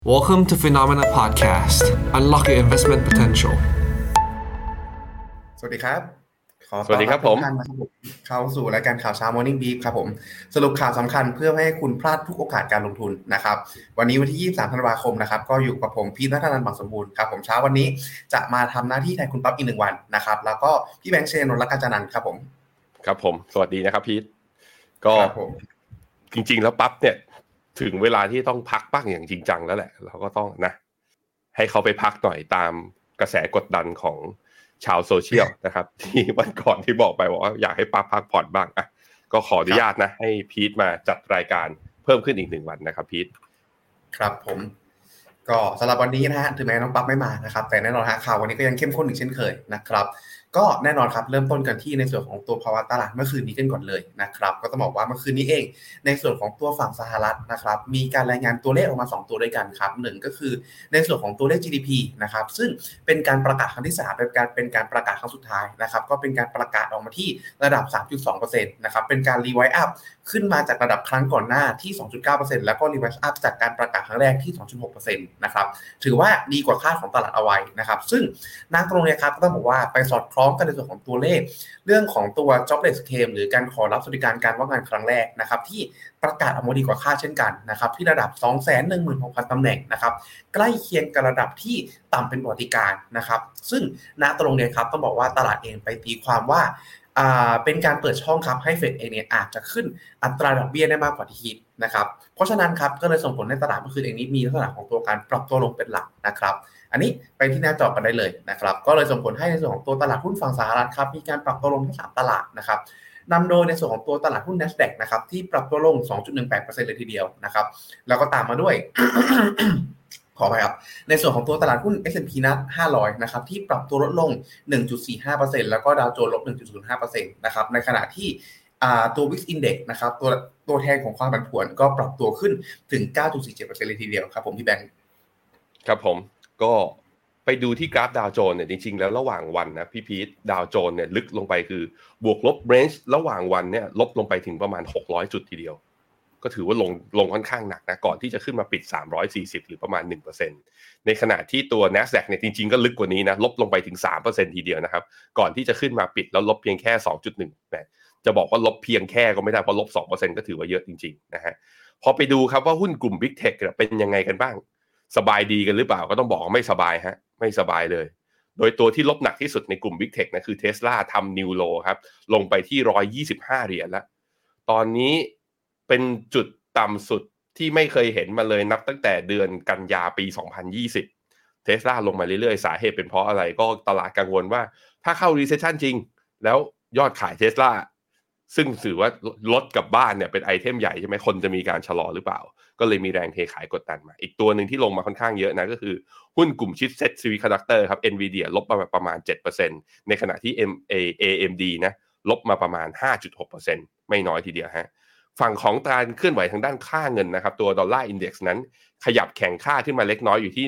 Welcome to Phenomena Podcast. Unlock your investment potential. สวัสดีครับขอสวัสดีครับผมต้อนรับทุกท่านนะครับผมเข้าสู่รายการข่าวเช้า Morning Brief ครับผมสรุปข่าวสำคัญเพื่อไม่ให้คุณพลาดทุกโอกาสการลงทุนนะครับวันนี้วันที่23ธันวาคมนะครับก็อยู่กับผมพีทณัฐนันท์ บางสมบูรณ์ครับผมเช้าวันนี้จะมาทำหน้าที่แทนคุณปั๊บอีก1วันนะครับแล้วก็พี่แบงค์เชนนท์ รักกาญจนันท์ครับผมครับผมสวัสดีนะครับพีทก็ครับผมจริงๆแล้วปั๊บเนี่ยถึงเวลาที่ต้องพักบ้างอย่างจริงจังแล้วแหละเราก็ต้องนะให้เขาไปพักหน่อยตามกระแสกดดันของชาวโซเชียลนะครับ ที่วันก่อนที่บอกไปว่าอยากให้ปั๊บพักผ่อนบ้างอ่ะก็ขออนุญาตนะให้พีทมาจัดรายการเพิ่มขึ้นอีก1วันนะครับพีทครับผมก็สำหรับวันนี้นะฮะถึงแม้น้องปั๊บไม่มานะครับแต่แน่นอนฮะข่าววันนี้ก็ยังเข้มข้นอีกเช่นเคยนะครับก็แน่นอนครับเริ่มต้นกันที่ในส่วนของตัวภาวะตลาดเมื่อคืนนี้กันก่อนเลยนะครับก็ต้องบอกว่าเมื่อคืนนี้เองในส่วนของตัวฝั่งสหรัฐนะครับมีการรายงานตัวเลขออกมา2ตัวด้วยกันครับ1ก็คือในส่วนของตัวเลข GDP นะครับซึ่งเป็นการประกาศครั้งที่3เป็นการประกาศครั้งสุดท้ายนะครับก็เป็นการประกาศออกมาที่ระดับ 3.2% นะครับเป็นการรีไวซ์อัพขึ้นมาจากระดับครั้งก่อนหน้าที่ 2.9% แล้วก็รีไวซ์อัพจากการประกาศครั้งแรกที่ 2.6% นะครับถือว่าดีกว่าคาดของตลาดเอาไว้นะครับซึ่งณตรงนี้ครับก็ต้องบอกว่าไปสอดคล้องกันในส่วนของตัวเลขเรื่องของตัว jobless claim หรือการขอรับสวัสดิการการว่างงานครั้งแรกนะครับที่ประกาศออกมาดีกว่าคาดเช่นกันนะครับที่ระดับ 216,000 ตำแหน่งนะครับใกล้เคียงกับระดับที่ต่ำเป็นประวัติการนะครับซึ่งณตรงนี้ครับต้องบอกว่าตลาดเองไปตีความว่าเป็นการเปิดช่องครับให้เฟดเองเนี่ยอาจจะขึ้นอัตราดอกเบี้ยได้มากกว่าที่คิดนะครับเพราะฉะนั้นครับก็เลยส่งผลให้ตลาดเมื่อคืนเองนี้มีลักษณะของตัวการปรับตัวลงเป็นหลักนะครับอันนี้ไปที่หน้าจอกันได้เลยนะครับก็เลยส่งผลให้ในส่วนของตัวตลาดหุ้นฝั่งสหรัฐครับมีการปรับตัวลงทั้ง3ตลาดนะครับนำโดยในส่วนของตัวตลาดหุ้น NASDAQ นะครับที่ปรับตัวลง 2.18% เลยทีเดียวนะครับแล้วก็ตามมาด้วย ขออภัยครับในส่วนของตัวตลาดหุ้น S&P นะ500นะครับที่ปรับตัวลดลง 1.45% แล้วก็ดาวโจนส์ลบ 1.05% นะครับในขณะที่ตัว Wix Index นะครับตัวแทนของความผันผวนก็ปรับตัวขึ้นถึง 9.47% เลยทีเดียวครับผมพี่แบงค์ครับผมก็ไปดูที่กราฟดาวโจนส์เนี่ยจริงๆแล้วระหว่างวันนะพี่พีทดาวโจนส์เนี่ยลึกลงไปคือบวกลบเรนจ์ระหว่างวันเนี่ยลบลงไปถึงประมาณ600จุดทีเดียวก็ถือว่าลงค่อนข้างหนักนะก่อนที่จะขึ้นมาปิด340หรือประมาณ 1% ในขณะที่ตัว NASDAQ เนี่ยจริงๆก็ลึกกว่านี้นะลบลงไปถึง 3% ทีเดียวนะครับก่อนที่จะขึ้นมาปิดแล้วลบเพียงแค่ 2.1 นะจะบอกว่าลบเพียงแค่ก็ไม่ได้เพราะลบ 2% ก็ถือว่าเยอะจริงๆนะฮะพอไปดูครับว่าหุ้นกลุ่ม Big Tech เป็นยังไงกันบ้างสบายดีกันหรือเปล่าก็ต้องบอกว่าไม่สบายฮะไม่สบายเลยโดยตัวที่ลบหนักที่สุดในกลุ่ม Big Tech นะคือ Tesla ทำ New Low ครับลงไปที่125เหรียญแล้วตอนนี้เป็นจุดต่ำสุดที่ไม่เคยเห็นมาเลยนับตั้งแต่เดือนกันยาปี2020 Tesla ลงมาเรื่อยๆสาเหตุเป็นเพราะอะไรก็ตลาดกังวลว่าถ้าเข้า recession จริงแล้วยอดขาย Tesla ซึ่งถือว่ารถกับบ้านเนี่ยเป็นไอเทมใหญ่ใช่ไหมคนจะมีการชะลอหรือเปล่าก็เลยมีแรงเทขายกดดันมาอีกตัวหนึ่งที่ลงมาค่อนข้างเยอะนะก็คือหุ้นกลุ่มชิปเซ็ต Semiconductor ครับ Nvidia ลบมาประมาณ 7% ในขณะที่ AMD นะลบมาประมาณ 5.6% ไม่น้อยทีเดียวฮะฝั่งของการเคลื่อนไหวทางด้านค่าเงินนะครับตัวดอลลาร์อินเด็กซ์นั้นขยับแข็งค่าขึ้นมาเล็กน้อยอยู่ที่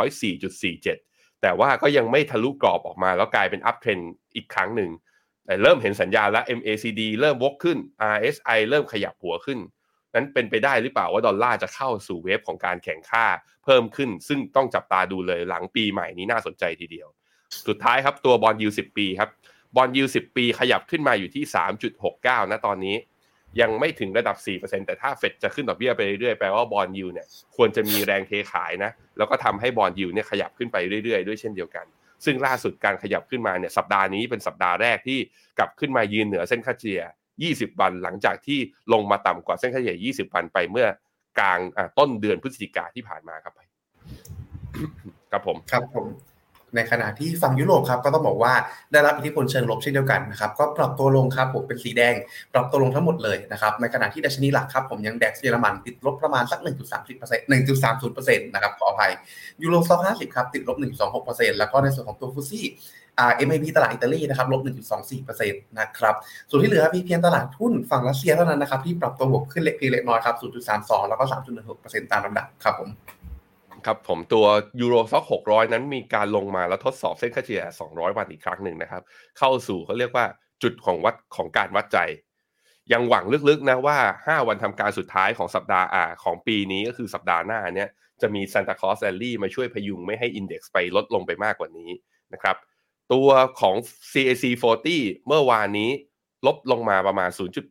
104.47 แต่ว่าก็ยังไม่ทะลุกรอบออกมาแล้วกลายเป็นอัพเทรนด์อีกครั้งหนึ่งแต่เริ่มเห็นสัญญาณแล้ว MACD เริ่มวกขึ้น RSI เริ่มขยับหัวขึ้นนั้นเป็นไปได้หรือเปล่าว่าดอลลาร์จะเข้าสู่เวฟของการแข่งค่าเพิ่มขึ้นซึ่งต้องจับตาดูเลยหลังปีใหม่นี้น่าสนใจทีเดียวสุดท้ายครับตัวบอนด์ยิลด์10 ปีครับบอนด์ยิลด์10 ปีขยับขึ้นมาอยู่ที่ 3.69 นะตอนนี้ยังไม่ถึงระดับ 4% แต่ถ้าเฟดจะขึ้นดอกเบี้ยไปเรื่อยๆแปลว่าบอนด์ยิลด์เนี่ยควรจะมีแรงเทขายนะแล้วก็ทำให้บอนด์ยิลด์เนี่ยขยับขึ้นไปเรื่อยๆด้วยเช่นเดียวกันซึ่งล่าสุดการขยับขึ้นมาเนี่ยสัปดาห์นี้เป็นสัปดาห์แรกที่กลับขึ้นมายืนเหนือเส้นค่าเฉลี่ย20 วันหลังจากที่ลงมาต่ำกว่าเส้นค่าเฉลี่ย20 วันไปเมื่อกลางต้นเดือนพฤศจิกาที่ผ่านมาครับครับผมครับผมในขณะที่ฝั่งยุโรปครับก็ต้องบอกว่าได้รับอิทธิพลเชิงลบเช่นเดียวกันนะครับก็ปรับตัวลงครับผมเป็นสีแดงปรับตัวลงทั้งหมดเลยนะครับในขณะที่ดัชนีหลักครับผมยังแดกเยอรมันติดลบประมาณสัก 1.30% 1.30% นะครับขออภัยยูโรซ็อก50ครับติดลบ 1.26% แล้วก็ในส่วนของตัวฟุตซี่MAP ตลาดอิตาลีนะครับลบ 1.24% นะครับส่วนที่เหลือเพียงตลาดหุ้นฝั่งรัสเซียเท่านั้นนะครับที่ปรับตัวบวกขึ้นเล็กน้อยครับ 0.32 แล้วก็ 3.16% ตามลำดับครับผมครับผมตัวยูโรซ็อก600นั้นมีการลงมาแล้วทดสอบเส้นค่าเฉลี่ย200 วันอีกครั้งหนึ่งนะครับเข้าสู่เขาเรียกว่าจุดของการวัดใจยังหวังลึกๆนะว่า5 วันทำการสุดท้ายของสัปดาห์ของปีนี้ก็คือสัปดาห์หน้าเนี่ยจะมี Santa Claus Rally มาช่วยพยุงไม่ให้ Index ไปลดลงไปมากกว่านี้นะครับตัวของ CAC 40 เมื่อวานนี้ลบลงมาประมาณ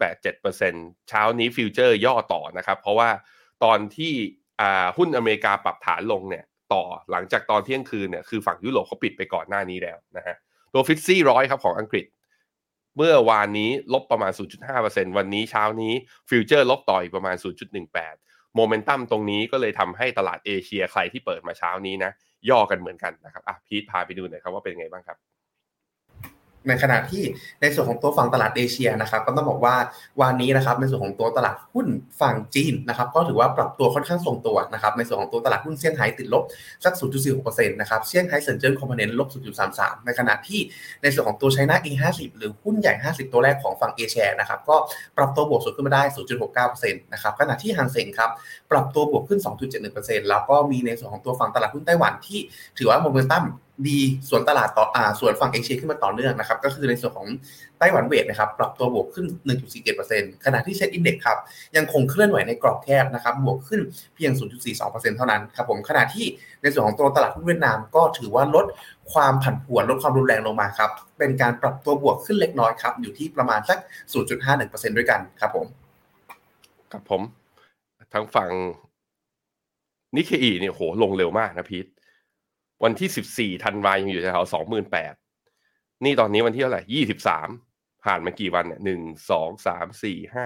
0.87% เช้านี้ฟิวเจอร์ย่อต่อนะครับเพราะว่าตอนที่หุ้นอเมริกาปรับฐานลงเนี่ยต่อหลังจากตอนเที่ยงคืนเนี่ยคือฝั่งยุโรปเขาปิดไปก่อนหน้านี้แล้วนะฮะตัวฟิตซี่100ครับของอังกฤษเมื่อวานนี้ลบประมาณ 0.5% วันนี้เช้านี้ฟิวเจอร์ลบต่ออีกประมาณ 0.18 โมเมนตัมตรงนี้ก็เลยทำให้ตลาดเอเชียใครที่เปิดมาเช้านี้นะย่อกันเหมือนกันนะครับพีทพาไปดูหน่อยครับว่าเป็นไงบ้างครับในขณะที่ในส่วนของตัวฝั่งตลาดเอเชียนะครับก็ต้องบอกว่าวันนี้นะครับในส่วนของตัวตลาดหุ้นฝั่งจีนนะครับก็ถือว่าปรับตัวค่อนข้างทรงตัวนะครับในส่วนของตัวตลาดหุ้นเซี่ยงไฮ้ติดลบสัก 0.46% นะครับเซี่ยงไฮ้เซินเจิ้นคอมโพเนนต์ลบ 0.33 ในขณะที่ในส่วนของตัวไชน่า A50 หรือหุ้นใหญ่50ตัวแรกของฝั่งเอเชียนะครับก็ปรับตัวบวกสุดขึ้นมาได้ 0.69% นะครับขณะที่ฮังเส็งครับปรับตัวบวกขึ้น 2.71% แล้วก็มีในส่วนของตัวฝั่งตลาดหุ้นไต้หวันที่ถือว่าโมเมนตัมดีส่วนตลาดต่อส่วนฝั่งเอเชียขึ้นมาต่อเนื่องนะครับก็คือในส่วนของไต้หวันเวทนะครับปรับตัวบวกขึ้น 1.47% ขณะที่เซ็ตอินเด็กซ์ครับยังคงเคลื่อนไหวในกรอบแคบนะครับบวกขึ้นเพียง 0.42% เท่านั้นครับผมขณะที่ในส่วนของตัวตลาดหุ้นเวียดนามก็ถือว่าลดความผันผวนลดความรุนแรงลงมาครับเป็นการปรับตัวบวกขึ้นเล็กน้อยครับอยู่ที่ประมาณสัก 0.51% ด้วยกันครับผมครับผมทางฝั่งนิเคอีเนี่ยโหลงเร็วมากนะพีทวันที่14ธันวาคมยังอยู่แถว 28,000 นี่ตอนนี้วันที่เท่าไหร่23ผ่านมากี่วันเนี่ย1 2 3 4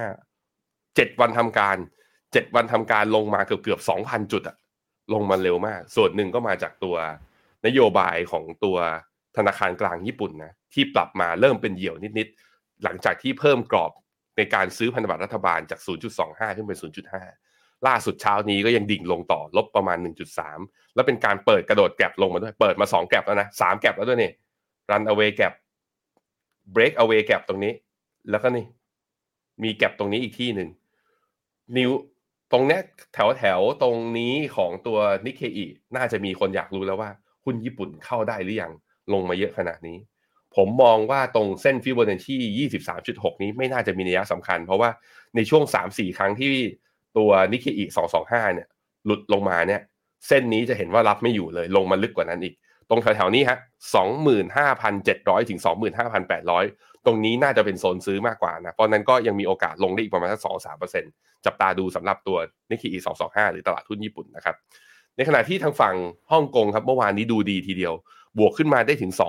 5 7วันทำการลงมาเกือบ 2,000 จุดอะลงมาเร็วมากส่วนหนึ่งก็มาจากตัวนโยบายของตัวธนาคารกลางญี่ปุ่นนะที่ปรับมาเริ่มเป็นเหยี่ยวนิดๆหลังจากที่เพิ่มกรอบในการซื้อพันธบัตรรัฐบาลจาก 0.25 ขึ้นเป็น 0.5 ล่าสุดเช้านี้ก็ยังดิ่งลงต่อลบประมาณ 1.3 แล้วเป็นการเปิดกระโดดแก็บลงมาด้วยเปิดมา2แก็บแล้วนะ3แก็บแล้วด้วยนี่ run away gap break away gap ตรงนี้แล้วก็นี่มีแก็บตรงนี้อีกที่หนึ่งนิ้วตรงเนี้ยแถวตรงนี้ของตัวนิเคอิน่าจะมีคนอยากรู้แล้วว่าหุ้นญี่ปุ่นเข้าได้หรือยังลงมาเยอะขนาดนี้ผมมองว่าตรงเส้นฟิโบนัชชี 23.6 นี้ไม่น่าจะมีนัยสำคัญเพราะว่าในช่วง 3-4 ครั้งที่ตัวนิเคอิ225เนี่ยหลุดลงมาเนี่ยเส้นนี้จะเห็นว่ารับไม่อยู่เลยลงมาลึกกว่านั้นอีกตรงแถวๆนี้ฮะ 25,700 ถึง 25,800 ตรงนี้น่าจะเป็นโซนซื้อมากกว่านะเพราะนั้นก็ยังมีโอกาสลงได้อีกประมาณสัก 2-3% จับตาดูสำหรับตัวนิเคอิ225หรือตลาดหุ้นญี่ปุ่นนะครับในขณะที่ทางฝั่งฮ่องกงครับเมื่อวานนี้ดูดีทีเดียวบวกขึ้นมาได้ถึง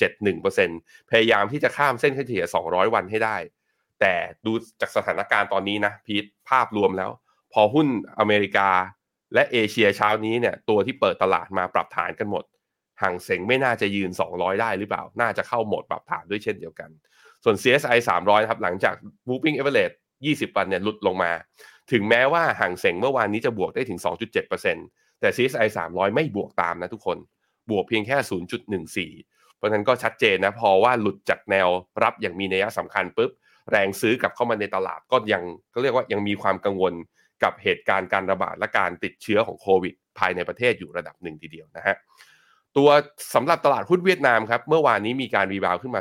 2.71% พยายามที่จะข้ามเส้นค่าเฉลี่ย200วันให้ได้แต่ดูจากสถานการณ์ตอนนี้นะพีทภาพรวมแล้วพอหุ้นอเมริกาและเอเชียเช้านี้เนี่ยตัวที่เปิดตลาดมาปรับฐานกันหมดห่างเส็งไม่น่าจะยืน200ได้หรือเปล่าน่าจะเข้าโหมดปรับฐานด้วยเช่นเดียวกันส่วน CSI 300ครับหลังจาก Moving Average 20 วันเนี่ยหลุดลงมาถึงแม้ว่าห่างเส็งเมื่อวานนี้จะบวกได้ถึง 2.7% แต่ CSI 300ไม่บวกตามนะทุกคนบวกเพียงแค่ 0.14 เพราะฉะนั้นก็ชัดเจนนะพอว่าหลุดจากแนวรับอย่างมีนัยสำคัญปุ๊บแรงซื้อกลับเข้ามาในตลาดก็ยังก็เรียกว่ายังมีความกังวลกับเหตุการณ์การระบาดและการติดเชื้อของโควิดภายในประเทศอยู่ระดับหนึ่งทีเดียวนะฮะตัวสำหรับตลาดหุ้นเวียดนามครับเมื่อวานนี้มีการรีบาวขึ้นมา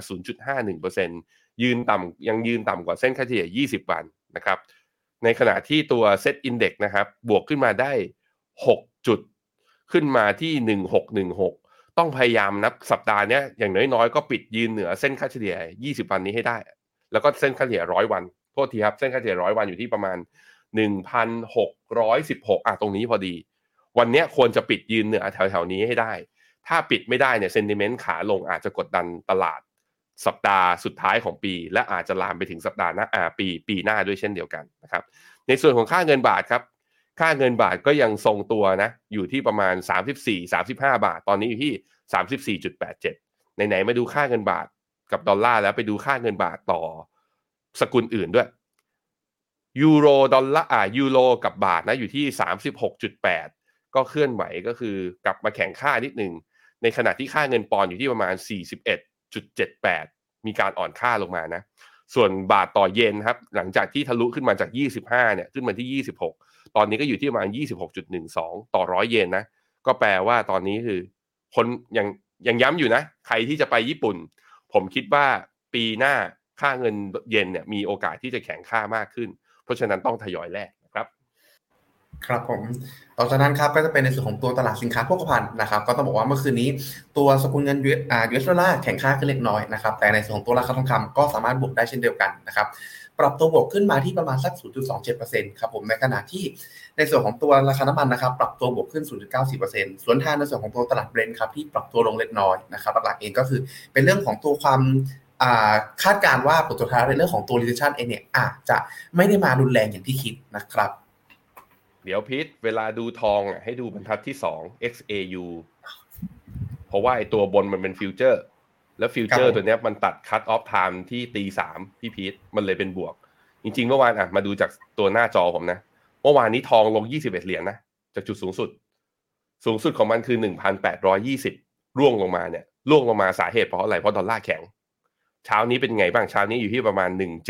0.51% ยืนต่ำกว่าเส้นค่าเฉลี่ย20 วันนะครับในขณะที่ตัว Set Index นะครับบวกขึ้นมาได้6จุดขึ้นมาที่1616ต้องพยายามนับสัปดาห์นี้อย่างน้อยๆก็ปิดยืนเหนือเส้นค่าเฉลี่ย20 วันนี้ให้ได้แล้วก็เส้นค่าเฉลี่ย100 วันโทษทีครับเส้นค่าเฉลี่ย100 วันอยู่ที่ประมาณ 1,616 ตรงนี้พอดีวันนี้ควรจะปิดยืนเหนือแถวๆนี้ให้ได้ถ้าปิดไม่ได้เนี่ยเซนติเมนต์ขาลงอาจจะกดดันตลาดสัปดาห์สุดท้ายของปีและอาจจะลามไปถึงสัปดาห์หน้าปีหน้าด้วยเช่นเดียวกันนะครับในส่วนของค่าเงินบาทครับค่าเงินบาทก็ยังทรงตัวนะอยู่ที่ประมาณ 34-35 บาทตอนนี้อยู่ที่ 34.87 ไหนๆมาดูค่าเงินบาทกับดอลลาร์แล้วไปดูค่าเงินบาทต่อสกุลอื่นด้วยยูโรดอลลาร์ยูโรกับบาทนะอยู่ที่ 36.8 ก็เคลื่อนไหวก็คือกลับมาแข่งค่านิดนึงในขณะที่ค่าเงินปอนด์อยู่ที่ประมาณ 41.78 มีการอ่อนค่าลงมานะส่วนบาทต่อเยนครับหลังจากที่ทะลุขึ้นมาจาก25เนี่ยขึ้นมาที่26ตอนนี้ก็อยู่ที่ประมาณ 26.12 ต่อ100 เยนนะก็แปลว่าตอนนี้คือคนยังย้ำอยู่นะใครที่จะไปญี่ปุ่นผมคิดว่าปีหน้าค่าเงินเยนเนี่ยมีโอกาสที่จะแข็งค่ามากขึ้นเพราะฉะนั้นต้องทยอยแลกนะครับครับผมต่อจากนั้นครับก็จะเป็นในส่วนของตัวตลาดสินค้าโภคภัณฑ์นะครับก็ต้องบอกว่าเมื่อคืนนี้ตัวสกุลเงิน US ดอลลาร์แข็งค่าขึ้นเล็กน้อยนะครับแต่ในส่วนของตัวราคาทองคำก็สามารถบวกได้เช่นเดียวกันนะครับปรับตัวบวกขึ้นมาที่ประมาณสัก 0.27% ครับผมในขณะที่ในส่วนของตัวราคาน้ำมันนะครับปรับตัวบวกขึ้น 0.94% ส่วนทางในส่วนของตัวตลาดเบรนท์ครับที่ปรับตัวลงเล็กน้อยนะครับหลักๆเองก็คือเป็นเรื่องของตัวความคาดการณ์ว่าผลสุดท้ายในเรื่องของตัว recession เองเนี่ยอาจจะไม่ได้มารุนแรงอย่างที่คิดนะครับเดี๋ยวพีทเวลาดูทองอ่ะให้ดูบรรทัดที่2 XAU เพราะว่าไอ้ตัวบนมันเป็นฟิวเจอร์แล้วฟิวเจอร์ตัวเนี้ยมันตัดคัตออฟไทม์ที่ตี3พี่พีทมันเลยเป็นบวกจริงๆเมื่อวานอ่ะมาดูจากตัวหน้าจอผมนะเมื่อวานนี้ทองลง21เหรียญนะจากจุดสูงสุดของมันคือ 1,820 ร่วงลงมาเนี่ยร่วงลงมาสาเหตุเพราะอะไรเพราะดอลลาร์แข็งเช้านี้เป็นไงบ้างเช้านี้อยู่ที่ประมาณ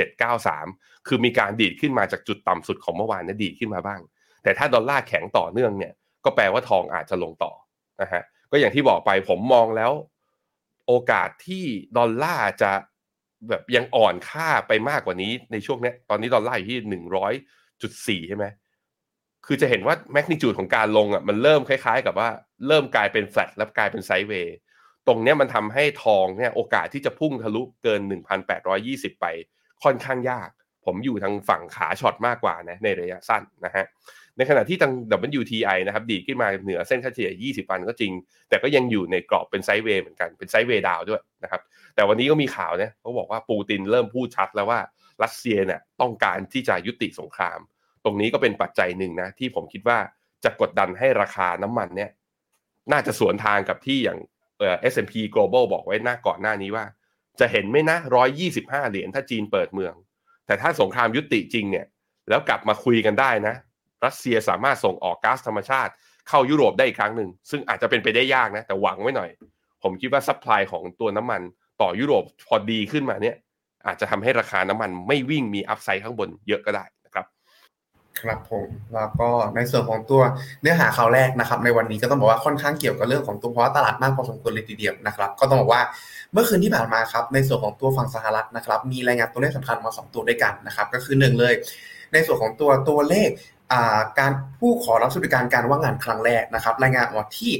1793คือมีการดีดขึ้นมาจากจุดต่ำสุดของเมื่อวานเนี่ยดีดขึ้นมาบ้างแต่ถ้าดอลลาร์แข็งต่อเนื่องเนี่ยก็แปลว่าทองอาจจะลงต่อนะฮะก็อย่างที่บอกไปผมมองแล้วโอกาสที่ดอลลาร์จะแบบยังอ่อนค่าไปมากกว่านี้ในช่วงนี้ตอนนี้ดอลลาร์อยู่ที่100.4ใช่ไหมคือจะเห็นว่าแมกนิจูดของการลงอ่ะมันเริ่มคล้ายๆกับว่าเริ่มกลายเป็นแฟลตแล้วกลายเป็นไซด์เวย์ตรงนี้มันทำให้ทองเนี่ยโอกาสที่จะพุ่งทะลุเกิน 1,820 ไปค่อนข้างยากผมอยู่ทางฝั่งขาช็อตมากกว่านะในระยะสั้นนะฮะในขณะที่ทาง WTI นะครับดีดขึ้นมาเหนือเส้นค่าเฉลี่ย20 วันก็จริงแต่ก็ยังอยู่ในกรอบเป็นไซด์เวย์เหมือนกันเป็นไซด์เวย์ดาวด้วยนะครับแต่วันนี้ก็มีข่าวเนี่ยเขาบอกว่าปูตินเริ่มพูดชัดแล้วว่ารัสเซียเนี่ยต้องการที่จะยุติสงครามตรงนี้ก็เป็นปัจจัยหนึ่งนะที่ผมคิดว่าจะกดดันให้ราคาน้ำมันเนี่ยน่าจะสวนทางกับที่อย่างS&P Global บอกไว้ก่อนหน้านี้ว่าจะเห็นไหมนะ125เหรียญถ้าจีนเปิดเมืองแต่ถ้าสงครามยุติจริงเนี่ยแล้วกลับมาคุยกันได้นะรัสเซียสามารถส่งออกก๊าซธรรมชาติเข้ายุโรปได้อีกครั้งหนึ่งซึ่งอาจจะเป็นไปได้ยากนะแต่หวังไว้หน่อยผมคิดว่าซัพพลายของตัวน้ำมันต่อยุโรปพอดีขึ้นมาเนี่ยอาจจะทำให้ราคาน้ำมันไม่วิ่งมีอัพไซด์ข้างบนเยอะก็ได้นะครับครับผมแล้วก็ในส่วนของตัวเนื้อหาข่าวแรกนะครับในวันนี้ก็ต้องบอกว่าค่อนข้างเกี่ยวกับเรื่องของตัวภาวะตลาดมากพอสมควรเลยทีเดียวนะครับก็ต้องบอกว่าเมื่อคืนที่ผ่านมาครับในส่วนของตัวฝั่งสหรัฐนะครับมีรายงานตัวเลขสำคัญมา2ตัวด้วยกันนะครับก็คือ1เลยในส่วนของตัวเลขการผู้ขอรับสวัสดิการการว่างงานครั้งแรกนะครับรายงานออกที่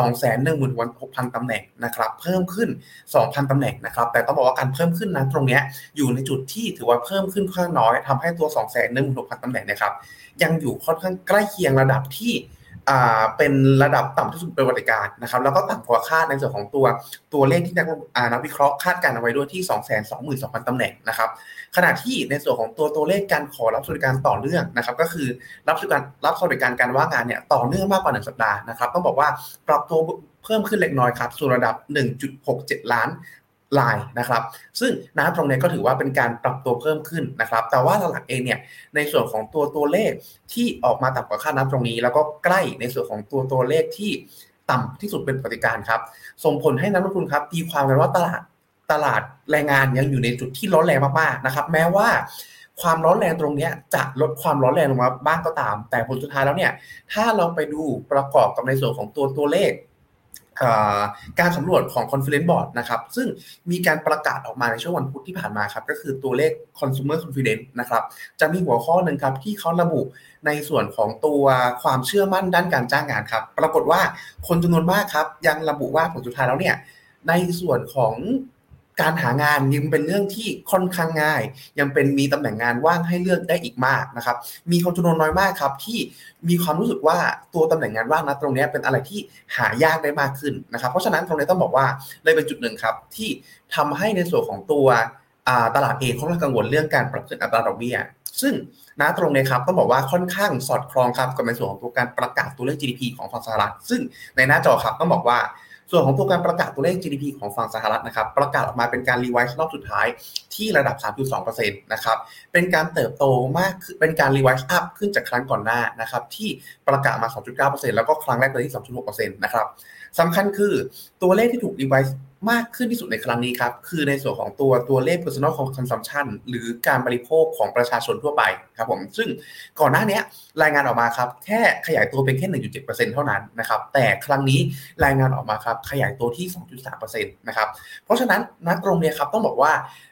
216,000 ตำแหน่งนะครับเพิ่มขึ้น 2,000 ตำแหน่งนะครับแต่ต้องบอกว่าการเพิ่มขึ้นนั้นตรงนี้อยู่ในจุดที่ถือว่าเพิ่มขึ้นค่อนข้างน้อยทำให้ตัว 216,000 ตำแหน่งนะครับยังอยู่ค่อนข้างใกล้เคียงระดับที่เป็นระดับต่ำที่สุดเป็นประวัติการนะครับแล้วก็ต่ำกว่าคาดในส่วนของตัวเลขที่นักวิเคราะห์คาดการเอาไว้ด้วยที่ 222,000 ตำแหน่งนะครับขณะที่ในส่วนของตัวเลขการขอรับสวัสดิการต่อเนื่องนะครับก็คือรับสวัสดิการการว่างงานเนี่ยต่อเนื่องมากกว่า1สัปดาห์นะครับต้องบอกว่าปรับตัวเพิ่มขึ้นเล็กน้อยครับสู่ระดับ 1.67 ล้านรายนะครับซึ่งตรงนี้ก็ถือว่าเป็นการปรับตัวเพิ่มขึ้นนะครับแต่ว่าหลักๆเองเนี่ยในส่วนของตัวเลขที่ออกมาต่ำกว่าคาดตรงนี้แล้วก็ใกล้ในส่วนของตัวเลขที่ต่ำที่สุดเป็นปฏิการครับส่งผลให้นักลงทุนครับตีความกันว่าตลาดแรงงานยังอยู่ในจุดที่ร้อนแรงมากๆนะครับแม้ว่าความร้อนแรงตรงนี้จะลดความร้อนแรงลงมาบ้างก็ตามแต่ผลสุดท้ายแล้วเนี่ยถ้าเราไปดูประกอบกับในส่วนของตัวเลขการสำรวจของ Conference Board นะครับซึ่งมีการประกาศออกมาในช่วงวันพุธที่ผ่านมาครับก็คือตัวเลข Consumer Confidence นะครับจะมีหัวข้อหนึ่งครับที่เขาระบุในส่วนของตัวความเชื่อมั่นด้านการจ้างงานครับปรากฏว่าคนจำนวนมากครับยังระบุว่าผลสุดท้ายแล้วเนี่ยในส่วนของการหางานยังเป็นเรื่องที่ค่อนข้างง่ายยังเป็นมีตำแหน่งงานว่างให้เลือกได้อีกมากนะครับมีคนจำนวนน้อยมากครับที่มีความรู้สึกว่าตัวตำแหน่งงานว่างนะตรงนี้เป็นอะไรที่หายากได้มากขึ้นนะครับเพราะฉะนั้นตรงนี้ต้องบอกว่าเลยเป็นจุดหนึ่งครับที่ทำให้ในส่วนของตัวตลาดเองค่อนข้างกังวลเรื่องการปรับขึ้นอัตราดอกเบี้ยซึ่งตรงนี้ครับต้องบอกว่าค่อนข้างสอดคล้องครับกับในส่วนของตัวการประกาศตัวเลข GDP ของฝั่งสหรัฐซึ่งในหน้าจอครับต้องบอกว่าส่วนของตัวการประกาศตัวเลข GDP ของฝั่งสหรัฐนะครับประกาศออกมาเป็นการรีไวซ์รอบสุดท้ายที่ระดับ 3.2% นะครับเป็นการเติบโตมากเป็นการรีไวซ์อัพขึ้นจากครั้งก่อนหน้านะครับที่ประกาศมา 2.9% แล้วก็ครั้งแรกเลยที่ 2.6% นะครับสำคัญคือตัวเลขที่ถูกรีไวซ์มากขึ้นที่สุดในครั้งนี้ครับคือในส่วนของตัวเลข personal consumption หรือการบริโภคของประชาชนทั่วไปครับผมซึ่งก่อนหน้านี้รายงานออกมาครับแค่ขยายตัวเป็นแค่ 1.7% เท่านั้นนะครับแต่ครั้งนี้รายงานออกมาครับขยายตัวที่ 2.3% นะครับเพราะฉะนั้นตรงนี้ครับต้องบอกว่า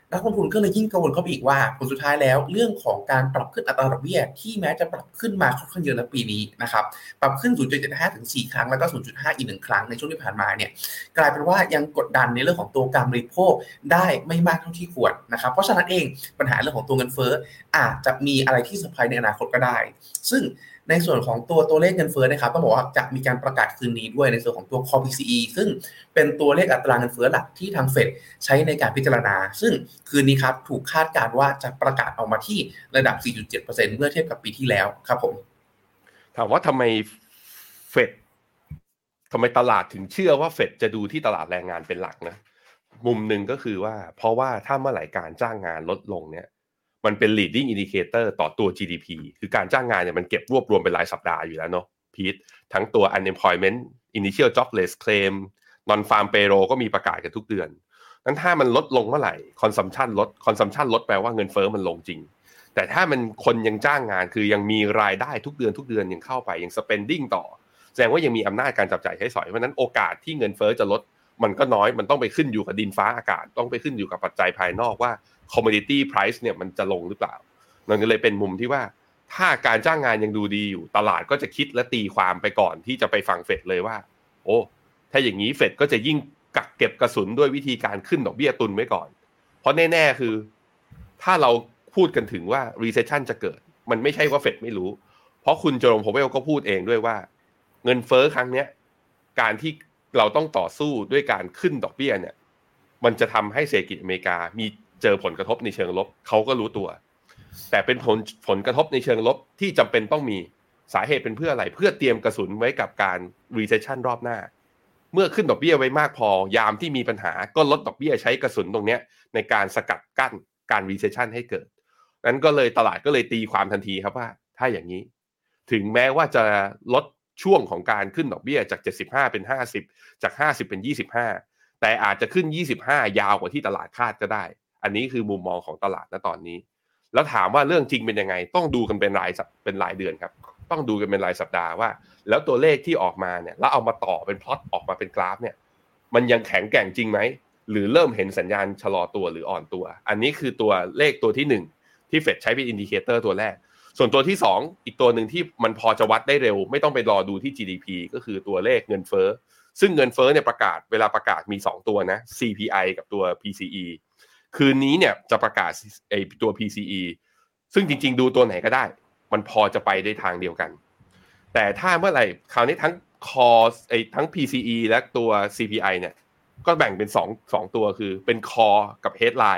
นักลงทุนก็เลยยิ่งกังวลเข้าไปอีกว่าผลสุดท้ายแล้วเรื่องของการปรับขึ้นอัตราดอกเบี้ยที่แม้จะปรับขึ้นมาค่อนข้างเยอะในปีนี้นะครับปรับขึ้น 0.75 ถึง 4 ครั้งแล้วก็ 0.5 อีก 1 ครั้งในช่วงที่ผ่านมาเนี่ยกลายเป็นว่ายังกดดันในเรื่องของตัวการบริโภคได้ไม่มากเท่าที่ควรนะครับเพราะฉะนั้นเองปัญหาเรื่องของตัวเงินเฟ้ออาจจะมีอะไรที่เซอร์ไพรส์ในอนาคตก็ได้ซึ่งในส่วนของตัวเลขเงินเฟ้อนะครับต้องบอกว่าจะมีการประกาศคืนนี้ด้วยในส่วนของตัว Core PCE ซึ่งเป็นตัวเลขอัตราเงินเฟ้อหลักที่ทางเฟดใช้ในการพิจารณาซึ่งคืนนี้ครับถูกคาดการณ์ว่าจะประกาศออกมาที่ระดับ 4.7% เมื่อเทียบกับปีที่แล้วครับผมถามว่าทำไมเฟดทำไมตลาดถึงเชื่อว่าเฟดจะดูที่ตลาดแรงงานเป็นหลักนะมุมหนึ่งก็คือว่าเพราะว่าถ้าเมื่อไหร่การจ้างงานลดลงเนี่ยมันเป็น leading indicator ต่อตัว GDP คือการจ้างงานเนี่ยมันเก็บรวบรวมเป็นรายสัปดาห์อยู่แล้วเนาะพีททั้งตัว unemployment initial jobless claim non farm payroll ก็มีประกาศกันทุกเดือนนั้นถ้ามันลดลงเมื่อไหร่ consumption ลดแปลว่าเงินเฟ้อมันลงจริงแต่ถ้ามันคนยังจ้างงานคือยังมีรายได้ทุกเดือนยังเข้าไปยัง spending ต่อแสดงว่ายังมีอำนาจการจับจ่ายใช้สอยเพราะนั้นโอกาสที่เงินเฟ้อจะลดมันก็น้อยมันต้องไปขึ้นอยู่กับดินฟ้าอากาศต้องไปขึ้นอยู่กับปัจจัยภายนอกว่า commodity price เนี่ยมันจะลงหรือเปล่านั่นก็เลยเป็นมุมที่ว่าถ้าการจ้างงานยังดูดีอยู่ตลาดก็จะคิดและตีความไปก่อนที่จะไปฟังเฟดเลยว่าโอ้ถ้าอย่างนี้เฟดก็จะยิ่งกักเก็บกระสุนด้วยวิธีการขึ้นดอกเบี้ยตุนไว้ก่อนเพราะแน่ๆคือถ้าเราพูดกันถึงว่า recession จะเกิดมันไม่ใช่ว่าเฟดไม่รู้เพราะคุณเจอร์โรม พาวเวลก็พูดเองด้วยว่าเงินเฟ้อครั้งนี้การที่เราต้องต่อสู้ด้วยการขึ้นดอกเบี้ยเนี่ยมันจะทำให้เศรษฐกิจอเมริกามีเจอผลกระทบในเชิงลบเขาก็รู้ตัวแต่เป็นผลกระทบในเชิงลบที่จำเป็นต้องมีสาเหตุเป็นเพื่ออะไรเพื่อเตรียมกระสุนไว้กับการ recession รอบหน้าเมื่อขึ้นดอกเบี้ยไว้มากพอยามที่มีปัญหาก็ลดดอกเบี้ยใช้กระสุนตรงนี้ในการสกัดกั้นการ recession ให้เกิดนั้นก็เลยตลาดก็เลยตีความทันทีครับว่าถ้าอย่างนี้ถึงแม้ว่าจะลดช่วงของการขึ้นดอกเบี้ยจาก75เป็น50จาก50เป็น25แต่อาจจะขึ้น25ยาวกว่าที่ตลาดคาดก็ได้อันนี้คือมุมมองของตลาดณตอนนี้แล้วถามว่าเรื่องจริงเป็นยังไงต้องดูกันเป็นรายเดือนครับต้องดูกันเป็นรายสัปดาห์ว่าแล้วตัวเลขที่ออกมาเนี่ยแล้วเอามาต่อเป็นพล็อตออกมาเป็นกราฟเนี่ยมันยังแข็งแกร่งจริงไหมหรือเริ่มเห็นสัญญาณชะลอตัวหรืออ่อนตัวอันนี้คือตัวเลขตัวที่1ที่เฟดใช้เป็นอินดิเคเตอร์ตัวแรกส่วนตัวที่2อีกตัวหนึ่งที่มันพอจะวัดได้เร็วไม่ต้องไปรอดูที่ GDP ก็คือตัวเลขเงินเฟ้อซึ่งเงินเฟ้อเนี่ยเวลาประกาศมี2ตัวนะ CPI กับตัว PCE คืนนี้เนี่ยจะประกาศตัว PCE ซึ่งจริงๆดูตัวไหนก็ได้มันพอจะไปได้ทางเดียวกันแต่ถ้าเมื่อไหร่คราวนี้ทั้ง Core ทั้ง PCE และตัว CPI เนี่ยก็แบ่งเป็น2ตัวคือเป็น Core กับ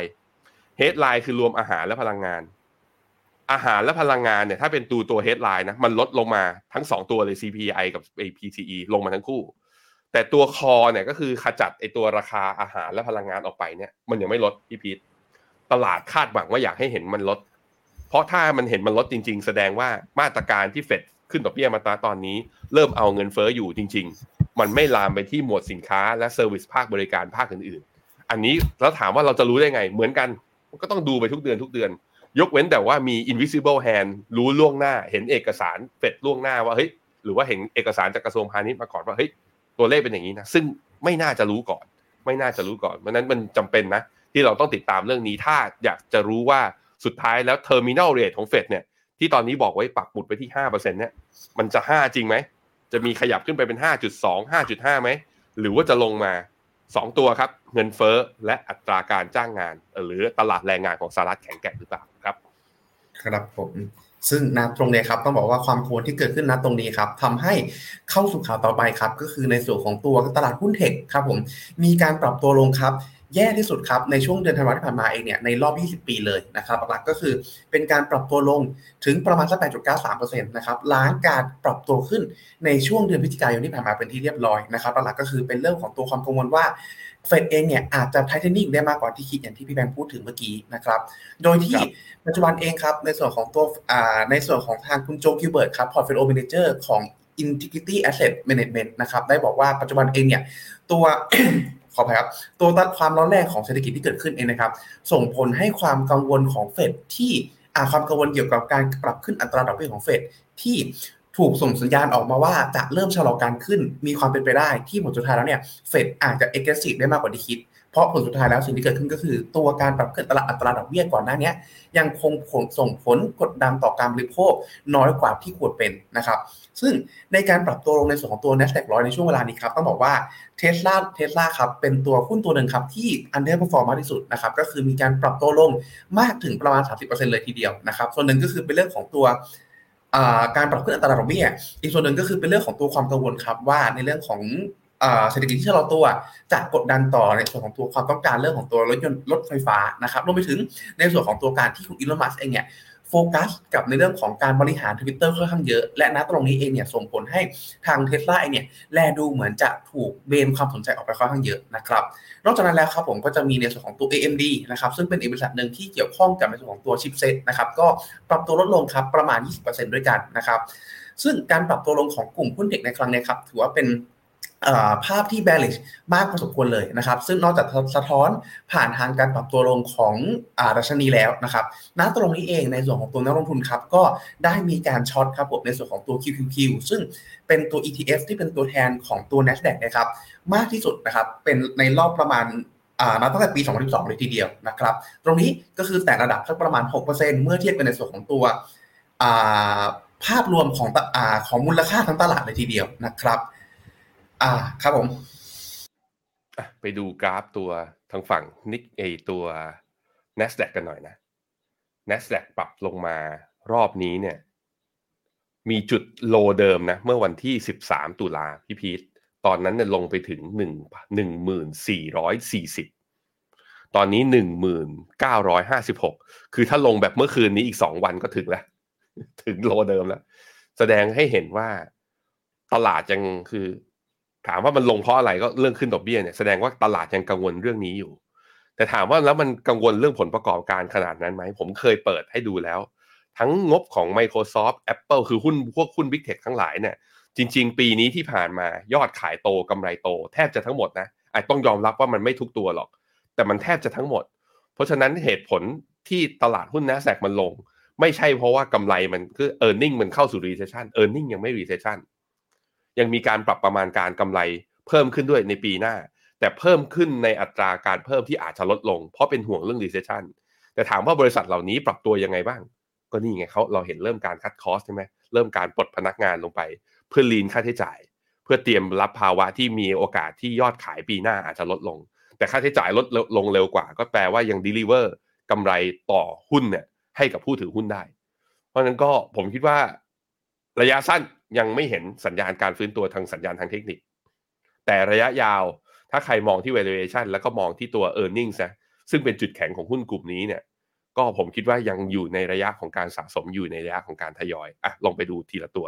Headline คือรวมอาหารและพลังงานเนี่ยถ้าเป็นตัว headline นะมันลดลงมาทั้ง2ตัวเลย CPI กับ PCE ลงมาทั้งคู่แต่ตัว core เนี่ยก็คือขจัดตัวราคาอาหารและพลังงานออกไปเนี่ยมันยังไม่ลดพี่พีทตลาดคาดหวังว่าอยากให้เห็นมันลดเพราะถ้ามันเห็นมันลดจริงๆแสดงว่ามาตรการที่เฟดขึ้นดอกเบี้ยมาตอนนี้เริ่มเอาเงินเฟ้ออยู่จริงๆมันไม่ลามไปที่หมวดสินค้าและเซอร์วิสภาคบริการภาคอื่นๆอันนี้แล้วถามว่าเราจะรู้ได้ไงเหมือนกันก็ต้องดูไปทุกเดือนยกเว้นแต่ว่ามี invisible hand รู้ล่วงหน้าเห็นเอกสารเฟดล่วงหน้าว่าเฮ้ยหรือว่าเห็นเอกสารจากกระทรวงพาณิชย์มาก่อนว่าเฮ้ยตัวเลขเป็นอย่างนี้นะซึ่งไม่น่าจะรู้ก่อนเพราะนั้นมันจำเป็นนะที่เราต้องติดตามเรื่องนี้ถ้าอยากจะรู้ว่าสุดท้ายแล้ว terminal rate ของเฟดเนี่ยที่ตอนนี้บอกไว้ปักหมุดไปที่ 5% เนี่ยมันจะ5จริงไหมจะมีขยับขึ้นไปเป็น 5.2 5.5 ไหมหรือว่าจะลงมา2ตัวครับเงินเฟ้อและอัตราการจ้างงานหรือตลาดแรงงานของสหรัฐแข็งแกร่งหรือเปล่าครับครับผมซึ่งณตรงนี้ครับต้องบอกว่าความกังวลที่เกิดขึ้นณตรงนี้ครับทำให้เข้าสู่ข่าวต่อไปครับก็คือในส่วนของตัวตลาดหุ้นเทคครับผมมีการปรับตัวลงครับแย่ที่สุดครับในช่วงเดือนธันวาคมที่ผ่านมาเองเนี่ยในรอบ20ปีเลยนะครับหลักๆก็คือเป็นการปรับตัวลงถึงประมาณสัก 8.93% นะครับล้างการปรับตัวขึ้นในช่วงเดือนพฤศจิกายนที่ผ่านมาเป็นที่เรียบร้อยนะครับหลักๆก็คือเป็นเรื่องของตัวความกังวลว่าเฟดเองเนี่ยอาจจะไทเทนนิ่งได้มากกว่าที่คิดอย่างที่พี่แบงค์พูดถึงเมื่อกี้นะครับโดยที่ปัจจุบันเองครับในส่วนของตัวในส่วนของทางคุณโจกิลเบิร์ตครับ Portfolio Manager ของ Integrity Asset Management นะครับได้บอกว่าปัจจุบันเองเนี่ยตัว ขออภัยครับตัวความร้อนแรงของเศรษฐกิจที่เกิดขึ้นเองนะครับส่งผลให้ความกังวลของเฟดที่ความกังวลเกี่ยวกับการปรับขึ้นอัตราดอกเบี้ยของเฟดที่ถูกส่งสัญญาณออกมาว่าจะเริ่มชะลอการขึ้นมีความเป็นไปได้ที่ผลสุดท้ายแล้วเนี่ยเฟดอาจจะ aggressive ได้มากกว่าที่คิดเพราะผลสุดท้ายแล้วสิ่งที่เกิดขึ้นก็คือตัวการปรับขึ้นอัตราดอกเบี้ยก่อนหน้านี้ยังคงส่งผลกดดันต่อการบริโภคน้อยกว่าที่ควรเป็นนะครับซึ่งในการปรับตัวลงในส่วนของตัว Nasdaq 100ในช่วงเวลานี้ครับต้องบอกว่า Tesla ครับเป็นตัวหุ้นตัวหนึ่งครับที่ underperform มากที่สุดนะครับก็คือมีการปรับตัวลงมากถึงประมาณ 30% เลยทีเดียวนะครับส่วนหนึ่งก็คือเป็นเรื่องของตัวการปรับขึ้นอัตราดอกเบี้ยอีกส่วนหนึ่งก็คือเป็นเรื่องของตัวความกังวลครับว่าในเรื่องของเศรษฐกิจที่ชะลอตัวจะกดดันต่อในส่วนของตัวความต้องการเรื่องของตัวรถไฟฟ้านะครับรวมไปถึงในส่วนของตัวการที่คุณอีลอน มัสก์เองเนี่ยโฟกัสกับในเรื่องของการบริหาร Twitter ค่อนข้างเยอะและณตรงนี้เองเนี่ยส่งผลให้ทาง Tesla เองเนี่ยแลดูเหมือนจะถูกเบนความสนใจออกไปค่อนข้างเยอะนะครับนอกจากนั้นแล้วครับผมก็จะมีในส่วนของตัว AMD นะครับซึ่งเป็นบริษัทหนึ่งที่เกี่ยวข้องกับในส่วนของตัวชิปเซตนะครับก็ปรับตัวลดลงครับประมาณ 20% ด้วยกันนะครับซึ่งการปรับตัวลงของกลุ่มหุ้นเทคในครั้งนี้ครับถือว่าเป็นภาพที่ bearish มากพอสมควรเลยนะครับซึ่งนอกจากสะท้อนผ่านทางการปรับตัวลงของดัชนีแล้วนะครับณตรงนี้เองในส่วนของตัวนักลงทุนครับก็ได้มีการช็อตครับผมในส่วนของตัว QQQ ซึ่งเป็นตัว ETF ที่เป็นตัวแทนของตัว Nasdaq นะครับมากที่สุดนะครับเป็นในรอบประมาณนับตั้งแต่ปี 2012 เลยทีเดียวนะครับตรงนี้ก็คือแต่ระดับสักประมาณ 6% เมื่อเทียบกันในส่วนของตัวภาพรวมของมูลค่าทั้งตลาดเลยทีเดียวนะครับครับผมไปดูกราฟตัวทางฝั่งตัว NASDAQ กันหน่อยนะ NASDAQ ปรับลงมารอบนี้เนี่ยมีจุดโลเดิมนะเมื่อวันที่13ตุลาพี่พีทตอนนั้นเนี่ยลงไปถึง1440ตอนนี้1956คือถ้าลงแบบเมื่อคืนนี้อีก2วันก็ถึงแล้วถึงโลเดิมแล้วแสดงให้เห็นว่าตลาดยังคือถามว่ามันลงเพราะอะไรก็เรื่องขึ้นดอกเบี้ยเนี่ยแสดงว่าตลาดยังกังวลเรื่องนี้อยู่แต่ถามว่าแล้วมันกังวลเรื่องผลประกอบการขนาดนั้นไหมผมเคยเปิดให้ดูแล้วทั้งงบของ Microsoft Apple คือพวกหุ้น Big Tech ทั้งหลายเนี่ยจริงๆปีนี้ที่ผ่านมายอดขายโตกำไรโตแทบจะทั้งหมดนะต้องยอมรับว่ามันไม่ทุกตัวหรอกแต่มันแทบจะทั้งหมดเพราะฉะนั้นเหตุผลที่ตลาดหุ้น NASDAQ มันลงไม่ใช่เพราะว่ากำไรมันคือ earning มันเข้าสู่ recession earning ยังไม่ recession ยังมีการปรับประมาณการกำไรเพิ่มขึ้นด้วยในปีหน้าแต่เพิ่มขึ้นในอัตราการเพิ่มที่อาจจะลดลงเพราะเป็นห่วงเรื่อง recession แต่ถามว่าบริษัทเหล่านี้ปรับตัวยังไงบ้างก็นี่ไงเราเห็นเริ่มการคัดคอสใช่ไหมเริ่มการปลดพนักงานลงไปเพื่อลีนค่าใช้จ่ายเพื่อเตรียมรับภาวะที่มีโอกาสที่ยอดขายปีหน้าอาจจะลดลงแต่ค่าใช้จ่ายลดลงเร็วกว่าก็แปลว่ายัง deliver กำไรต่อหุ้นเนี่ยให้กับผู้ถือหุ้นได้เพราะฉะนั้นก็ผมคิดว่าระยะสั้นยังไม่เห็นสัญญาณการฟื้นตัวทางสัญญาณทางเทคนิคแต่ระยะยาวถ้าใครมองที่ valuation แล้วก็มองที่ตัว earnings นะซึ่งเป็นจุดแข็งของหุ้นกลุ่มนี้เนี่ยก็ผมคิดว่ายังอยู่ในระยะของการสะสมอยู่ในระยะของการทยอยลองไปดูทีละตัว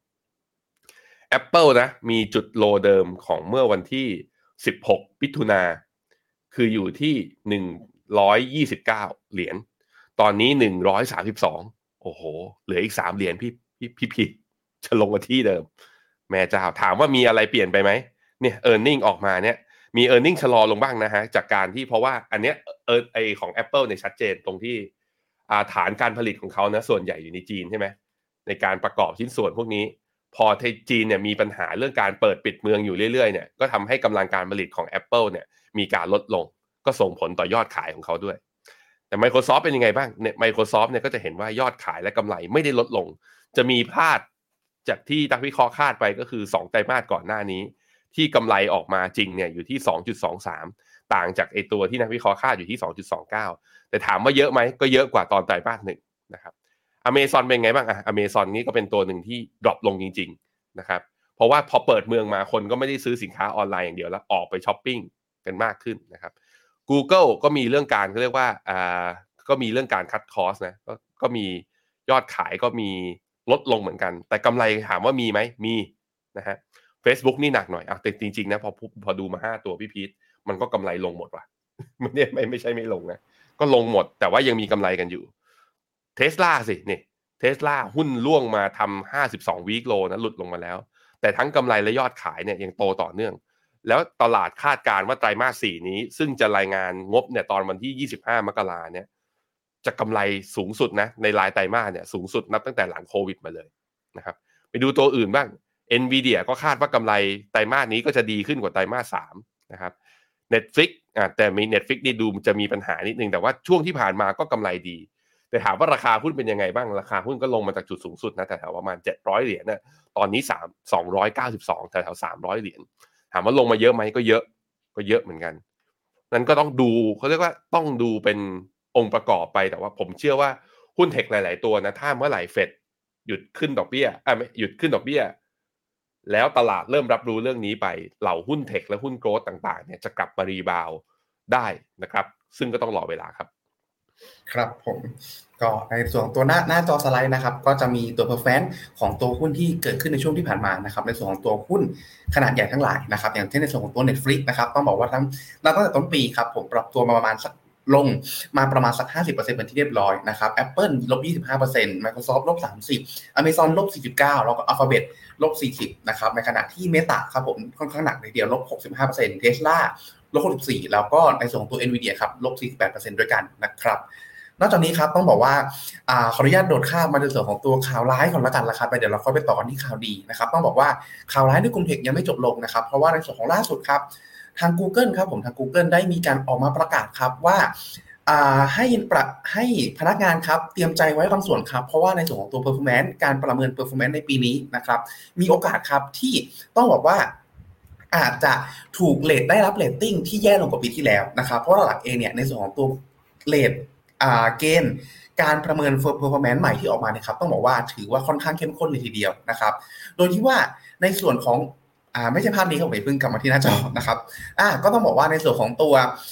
Apple นะมีจุดโลเดิมของเมื่อวันที่16มิถุนาคืออยู่ที่129เหรียญตอนนี้132โอ้โหเหลืออีก3เหรียญพี่จะลงมาที่เดิมแม่เจ้าถามว่ามีอะไรเปลี่ยนไปไหมเนี่ย earning ออกมาเนี่ยมี earning ชะลอลงบ้างนะฮะจากการที่เพราะว่าอันเนี้ยของ Apple เนี่ยชัดเจนตรงที่ฐานการผลิตของเขานะส่วนใหญ่อยู่ในจีนใช่ไหมในการประกอบชิ้นส่วนพวกนี้พอจีนเนี่ยมีปัญหาเรื่องการเปิดปิดเมืองอยู่เรื่อยๆเนี่ยก็ทำให้กำลังการผลิตของ Apple เนี่ยมีการลดลงก็ส่งผลต่อยอดขายของเขาด้วยแต่ Microsoft เป็นยังไงบ้างเนี่ย Microsoft เนี่ยก็จะเห็นว่ายอดขายและกำไรไม่ได้ลดลงจะมีพลาดจากที่นักวิเคราะห์คาดไปก็คือ2ไตรมาสก่อนหน้านี้ที่กำไรออกมาจริงเนี่ยอยู่ที่ 2.23 ต่างจากไอตัวที่นักวิเคราะห์คาดอยู่ที่ 2.29 แต่ถามว่าเยอะไหมก็เยอะกว่าตอนไตรมาส1นะครับAmazon เป็นไงบ้างAmazon นี้ก็เป็นตัวหนึ่งที่ดรอปลงจริงๆนะครับเพราะว่าพอเปิดเมืองมาคนก็ไม่ได้ซื้อสินค้าออนไลน์อย่างเดียวแล้วออกไปช้อปปิ้งกันมากขึ้นนะครับ Google ก็มีเรื่องการเขาเรียกว่าก็มีเรื่องการคัดคอสนะก็มียอดขายก็มีลดลงเหมือนกันแต่กำไรถามว่ามีไหมมีนะฮะ Facebook นี่หนักหน่อยแต่จริงๆนะพอดูมา5ตัวพี่พีทมันก็กำไรลงหมดว่ะไม่ใช่ไม่ลงนะก็ลงหมดแต่ว่ายังมีกำไรกันอยู่Tesla สิเนี่ย Tesla หุ้นร่วงมาทำ52 week low นะหลุดลงมาแล้วแต่ทั้งกำไรและยอดขายเนี่ยยังโตต่อเนื่องแล้วตลาดคาดการณ์ว่าไตรมาส4นี้ซึ่งจะรายงานงบเนี่ยตอนวันที่25มกราเนี่ยจะกำไรสูงสุดนะในรายไตรมาสเนี่ยสูงสุดนับตั้งแต่หลังโควิดมาเลยนะครับไปดูตัวอื่นบ้าง Nvidia ก็คาดว่ากำไรไตรมาสนี้ก็จะดีขึ้นกว่าไตรมาส3นะครับ Netflix แต่มี Netflix นี่ดูจะมีปัญหานิดนึงแต่ว่าช่วงที่ผ่านมาก็กำไรดีแต่ถามว่าราคาหุ้นเป็นยังไงบ้างราคาหุ้นก็ลงมาจากจุดสูงสุดนะแถวๆประมาณ$700นะตอนนี้292แถวๆ$300ถามว่าลงมาเยอะไหมก็เยอะเหมือนกันนั้นก็ต้องดูเขาเรียกว่าต้องดูเป็นองค์ประกอบไปแต่ว่าผมเชื่อว่าหุ้นเทคหลายๆตัวนะถ้าเมื่อไหร่เฟดหยุดขึ้นดอกเบี้ยหยุดขึ้นดอกเบี้ยแล้วตลาดเริ่มรับรู้เรื่องนี้ไปเหล่าหุ้นเทคและหุ้นโกรทต่างๆเนี่ยจะกลับมารีบาวได้นะครับซึ่งก็ต้องรอเวลาครับครับผมก็ในส่วนของตัวหน้าจอสไลด์นะครับก็จะมีตัว performance ของตัวหุ้นที่เกิดขึ้นในช่วงที่ผ่านมานะครับในส่วนของตัวหุ้นขนาดใหญ่ทั้งหลายนะครับอย่างเช่นในส่วนของตัว Netflix นะครับต้องบอกว่าตั้งแต่ต้นปีครับผมปรับตัวมาประมาณสักลงมาประมาณสัก 50% เป็นที่เรียบร้อยนะครับ Apple ลบ 25% Microsoft ลบ 30% Amazon ลบ 49% แล้วก็ Alphabet ลบ 40% นะครับในขณะที่ Meta ครับผมค่อนข้างหนักเลยเดียวลบ 65% Tesla ลบ 64% แล้วก็ในส่วนของตัว Nvidia ครับลบ 48% ด้วยกันนะครับนอกจากนี้ครับต้องบอกว่าขออนุญาตโดดข้ามมาในส่วนของตัวข่าวร้ายก่อนละกันละครับไปเดี๋ยวเราค่อยไปต่อกันที่ข่าวดีนะครับต้องบอกว่าข่าวร้ายในกลุ่มเทคยังไม่จบลงนะครับเพราะว่าในส่วนของล่าสุดครับทาง Google ครับผมทาง Google ได้มีการออกมาประกาศครับว่าให้พนักงานครับเตรียมใจไว้บางส่วนครับเพราะว่าในส่วนของตัว performance การประเมิน performance ในปีนี้นะครับมีโอกาสครับที่ต้องบอกว่าอาจจะถูกได้รับเรตติ้งที่แย่ลงกว่าปีที่แล้วนะครับเพราะหลักๆเองเนี่ยในส่วนของตัวเรตเกณฑ์การประเมิน performance ใหม่ที่ออกมาเนี่ยครับต้องบอกว่าถือว่าค่อนข้างเข้มข้นเลยทีเดียวนะครับโดยที่ว่าในส่วนของไม่ใช่ภาพนี้ครับผมเพิ่งกลับมาที่หน้าจอนะครับก็ต้องบอกว่าในส่วนของตัว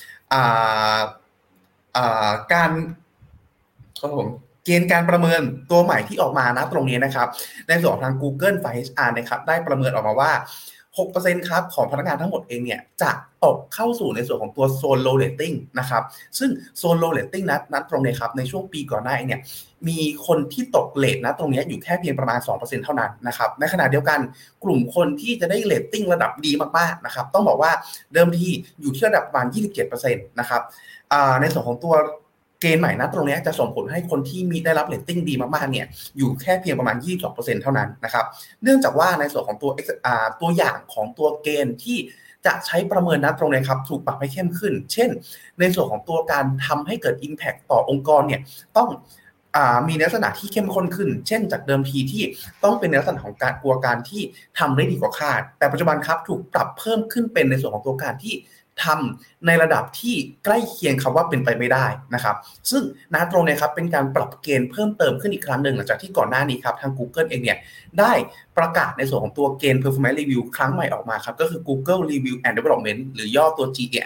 การครับผมเกณฑ์การประเมินตัวใหม่ที่ออกมานะตรงนี้นะครับในส่วนของทาง Google ฝ่าย HR นะครับได้ประเมินออกมาว่า 6% ครับของพนักงานทั้งหมดเองเนี่ยจะตกเข้าสู่ในส่วนของตัวโซน low rating นะครับซึ่งโซน low rating นั้นตรงนี้ครับในช่วงปีก่อนหน้าเนี่ยมีคนที่ตกเรทนะตรงนี้อยู่แค่เพียงประมาณ 2% เท่านั้นนะครับในขณะเดียวกันกลุ่มคนที่จะได้เรตติ้งระดับดีมากๆนะครับต้องบอกว่าเดิมทีอยู่ที่ระดับประมาณ 27% นะครับในส่วนของตัวเกณฑ์ใหม่นะตรงนี้จะส่งผลให้คนที่มีได้รับเรตติ้งดีมากๆเนี่ยอยู่แค่เพียงประมาณ 22% เท่านั้นนะครับเนื่องจากว่าในส่วนของตัวอย่างของตัวเกณฑ์ที่จะใช้ประเมินนะตรงนี้ครับถูกปรับให้เข้มขึ้นเช่นในส่วนของตัวการทำให้เกิด impact ต่อองค์กรเนี่ยต้องมีลักษณะที่เข้มข้นขึ้นเช่นจากเดิมทีที่ต้องเป็นลักษณะของการที่ทำได้ดีกว่าคาดแต่ปัจจุบันครับถูกปรับเพิ่มขึ้นเป็นในส่วนของตัวการที่ทำในระดับที่ใกล้เคียงคำว่าเป็นไปไม่ได้นะครับซึ่งณตรงนี้ครับเป็นการปรับเกณฑ์เพิ่มเติมขึ้นอีกครั้งหนึ่งหลังจากที่ก่อนหน้านี้ครับทาง Google เองเนี่ยได้ประกาศในส่วนของตัวเกณฑ์ performance review ครั้งใหม่ออกมาครับก็คือ Google Review and Development หรือย่อตัว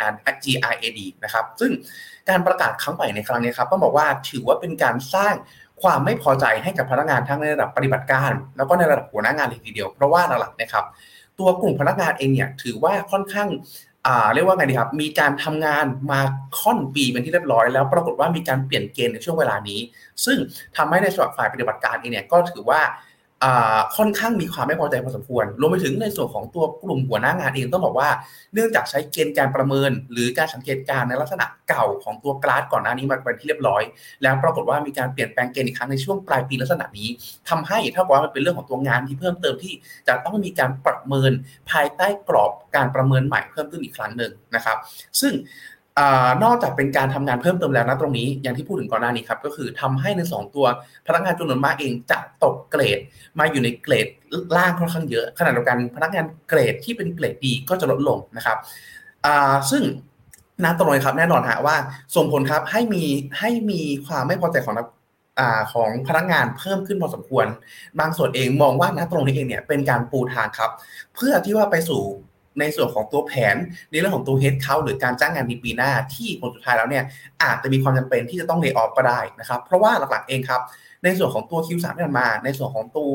GRAD นะครับซึ่งการประกาศครั้งใหม่ในครั้งนี้ครับต้องบอกว่าถือว่าเป็นการสร้างความไม่พอใจให้กับพนักงานทั้งในระดับปฏิบัติการแล้วก็ในระดับหัวหน้างานเลยทีเดียวเพราะว่าหลักๆนะครับตัวกลุ่มพนักงานเองเนี่ยถือว่าค่อนข้างเรียกว่าไงดีครับมีการทำงานมาค่อนปีเป็นที่เรียบร้อยแล้วปรากฏว่ามีการเปลี่ยนเกณฑ์ในช่วงเวลานี้ซึ่งทำให้ในส่วนฝ่ายปฏิบัติการเองเนี่ยก็ถือว่าค่อนข้างมีความไม่พอใจพอสมควรรวมไปถึงในส่วนของตัวกลุ่มหัวหน้างานเองต้องบอกว่าเนื่องจากใช้เกณฑ์การประเมินหรือการสังเกตการณ์ในลักษณะเก่าของตัวกราฟก่อนหน้านี้มาเป็นที่เรียบร้อยแล้วปรากฏว่ามีการเปลี่ยนแปลงเกณฑ์อีกครั้งในช่วงปลายปีลักษณะนี้ทำให้เท่ากับว่ามันเป็นเรื่องของตัวงานที่เพิ่มเติมที่จะต้องมีการประเมินภายใต้กรอบการประเมินใหม่เพิ่มขึ้นอีกครั้งหนึ่งนะครับซึ่งนอกจากเป็นการทำงานเพิ่มเติมแล้วนะตรงนี้อย่างที่พูดถึงก่อนหน้านี้ครับก็คือทำให้ใน2ตัวพนักงานจำนวนมากเองจะตกเกรดมาอยู่ในเกรดล่างค่อนข้างเยอะขณะเดียวกันพนักงานเกรดที่เป็นเกรดดีก็จะลดลงนะครับซึ่งตรงนี้ครับแน่นอนฮะว่าส่งผลครับให้มีความไม่พอใจของพนักงานเพิ่มขึ้นพอสมควรบางส่วนเองมองว่าตรงนี้เองเนี่ยเป็นการปูทางครับเพื่อที่ว่าไปสู่ในส่วนของตัวแผนในเรื่องของตัว head count หรือการจ้างงานในปีหน้าที่ผลสุดท้ายแล้วเนี่ยอาจจะมีความจำเป็นที่จะต้อง lay off ก็ได้นะครับเพราะว่าหลักๆเองครับในส่วนของตัว Q3 ที่ผ่านมาในส่วนของตัว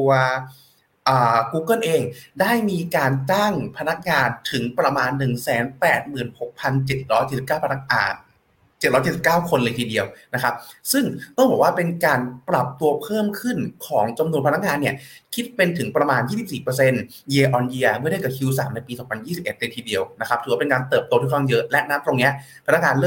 Google เองได้มีการจ้างพนักงานถึงประมาณ 186,779 พนักงาน779 คนเลยทีเดียวนะครับซึ่งต้องบอกว่าเป็นการปรับตัวเพิ่มขึ้นของจำนวนพนักงานเนี่ยคิดเป็นถึงประมาณ 24% year on year เมื่อได้กับ Q3 ในปี 2021เลยทีเดียวนะครับถือว่าเป็นการเติบโตที่ค่อนข้างเยอะและณตรงนี้พนักงานเริ่ม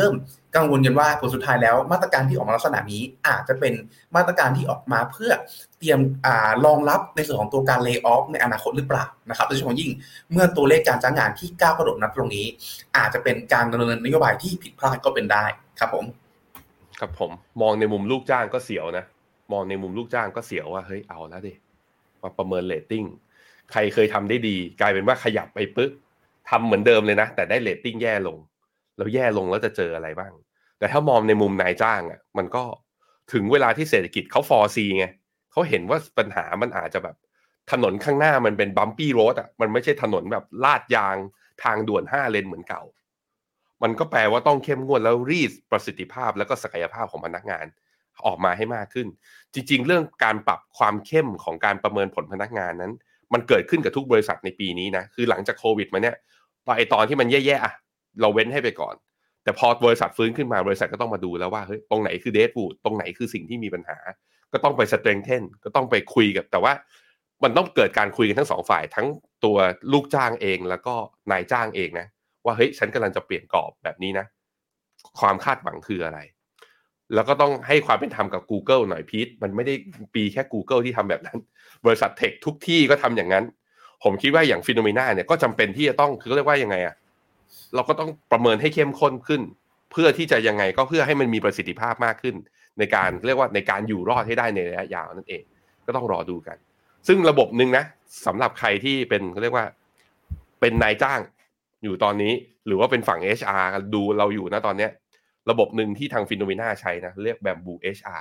กังวลกันว่าผลสุดท้ายแล้วมาตรการที่ออกมาลักษณะนี้อาจจะเป็นมาตรการที่ออกมาเพื่อเตรียมรองรับในส่วนของตัวการเลย์ออฟในอนาคตหรือเปล่านะครับโดยเฉพาะยิ่งเมื่อตัวเลขการจ้างงานที่ก้าวกระโดดนับตรงนี้อาจจะเป็นการดำเนินนโยบายที่ผิดพลาดก็เป็นได้ครับผมมองในมุมลูกจ้างก็เสียวนะมองในมุมลูกจ้างก็เสียวว่าเฮ้ยเอาแล้วดิมาประเมินเรตติ้งใครเคยทำได้ดีกลายเป็นว่าขยับไปปึ๊บทำเหมือนเดิมเลยนะแต่ได้เรตติ้งแย่ลงแล้วแย่ลงแล้วจะเจออะไรบ้างแต่ถ้ามองในมุมนายจ้างอ่ะมันก็ถึงเวลาที่เศรษฐกิจเขาฟอร์ซีไงเขาเห็นว่าปัญหามันอาจจะแบบถนนข้างหน้ามันเป็นบัมปี้โรดอ่ะมันไม่ใช่ถนนแบบลาดยางทางด่วน5 เลนเหมือนเก่ามันก็แปลว่าต้องเข้มงวดแล้วรีดประสิทธิภาพแล้วก็ศักยภาพของพนักงานออกมาให้มากขึ้นจริงๆเรื่องการปรับความเข้มของการประเมินผลพนักงานนั้นมันเกิดขึ้นกับทุกบริษัทในปีนี้นะคือหลังจากโควิดมาเนี่ยตอนที่มันแย่ๆเราเว้นให้ไปก่อนแต่พอบริษัทฟื้นขึ้นมาบริษัทก็ต้องมาดูแล้วว่าเฮ้ยตรงไหนคือเดดวูดตรงไหนคือสิ่งที่มีปัญหาก็ต้องไปสเตรนเทนก็ต้องไปคุยกับแต่ว่ามันต้องเกิดการคุยกันทั้งสองฝ่ายทั้งตัวลูกจ้างเองแล้วก็นายจ้างเองนะว่าเฮ้ยฉันกำลังจะเปลี่ยนกรอบแบบนี้นะความคาดหวังคืออะไรแล้วก็ต้องให้ความเป็นธรรมกับ Google หน่อยพีทมันไม่ได้ปีแค่ Google ที่ทำแบบนั้นบริษัทเทคทุกที่ก็ทำอย่างนั้นผมคิดว่าอย่าง Phenomena เนี่ยก็จำเป็นที่จะต้องคือเรียกว่ายังไงอะเราก็ต้องประเมินให้เข้มข้นขึ้นเพื่อที่จะยังไงก็เพื่อให้มันมีประสิทธิภาพมากขึ้นในการเรียกว่าในการอยู่รอดให้ได้ในระยะยาวนั่นเองก็ต้องรอดูกันซึ่งระบบนึงนะสำหรับใครที่เป็นเขาเรียกว่าเป็นนายจ้างอยู่ตอนนี้หรือว่าเป็นฝั่ง HR ดูเราอยู่นะตอนเนี้ยระบบหนึ่งที่ทาง Phenomena ใช้นะเรียก Bamboo HR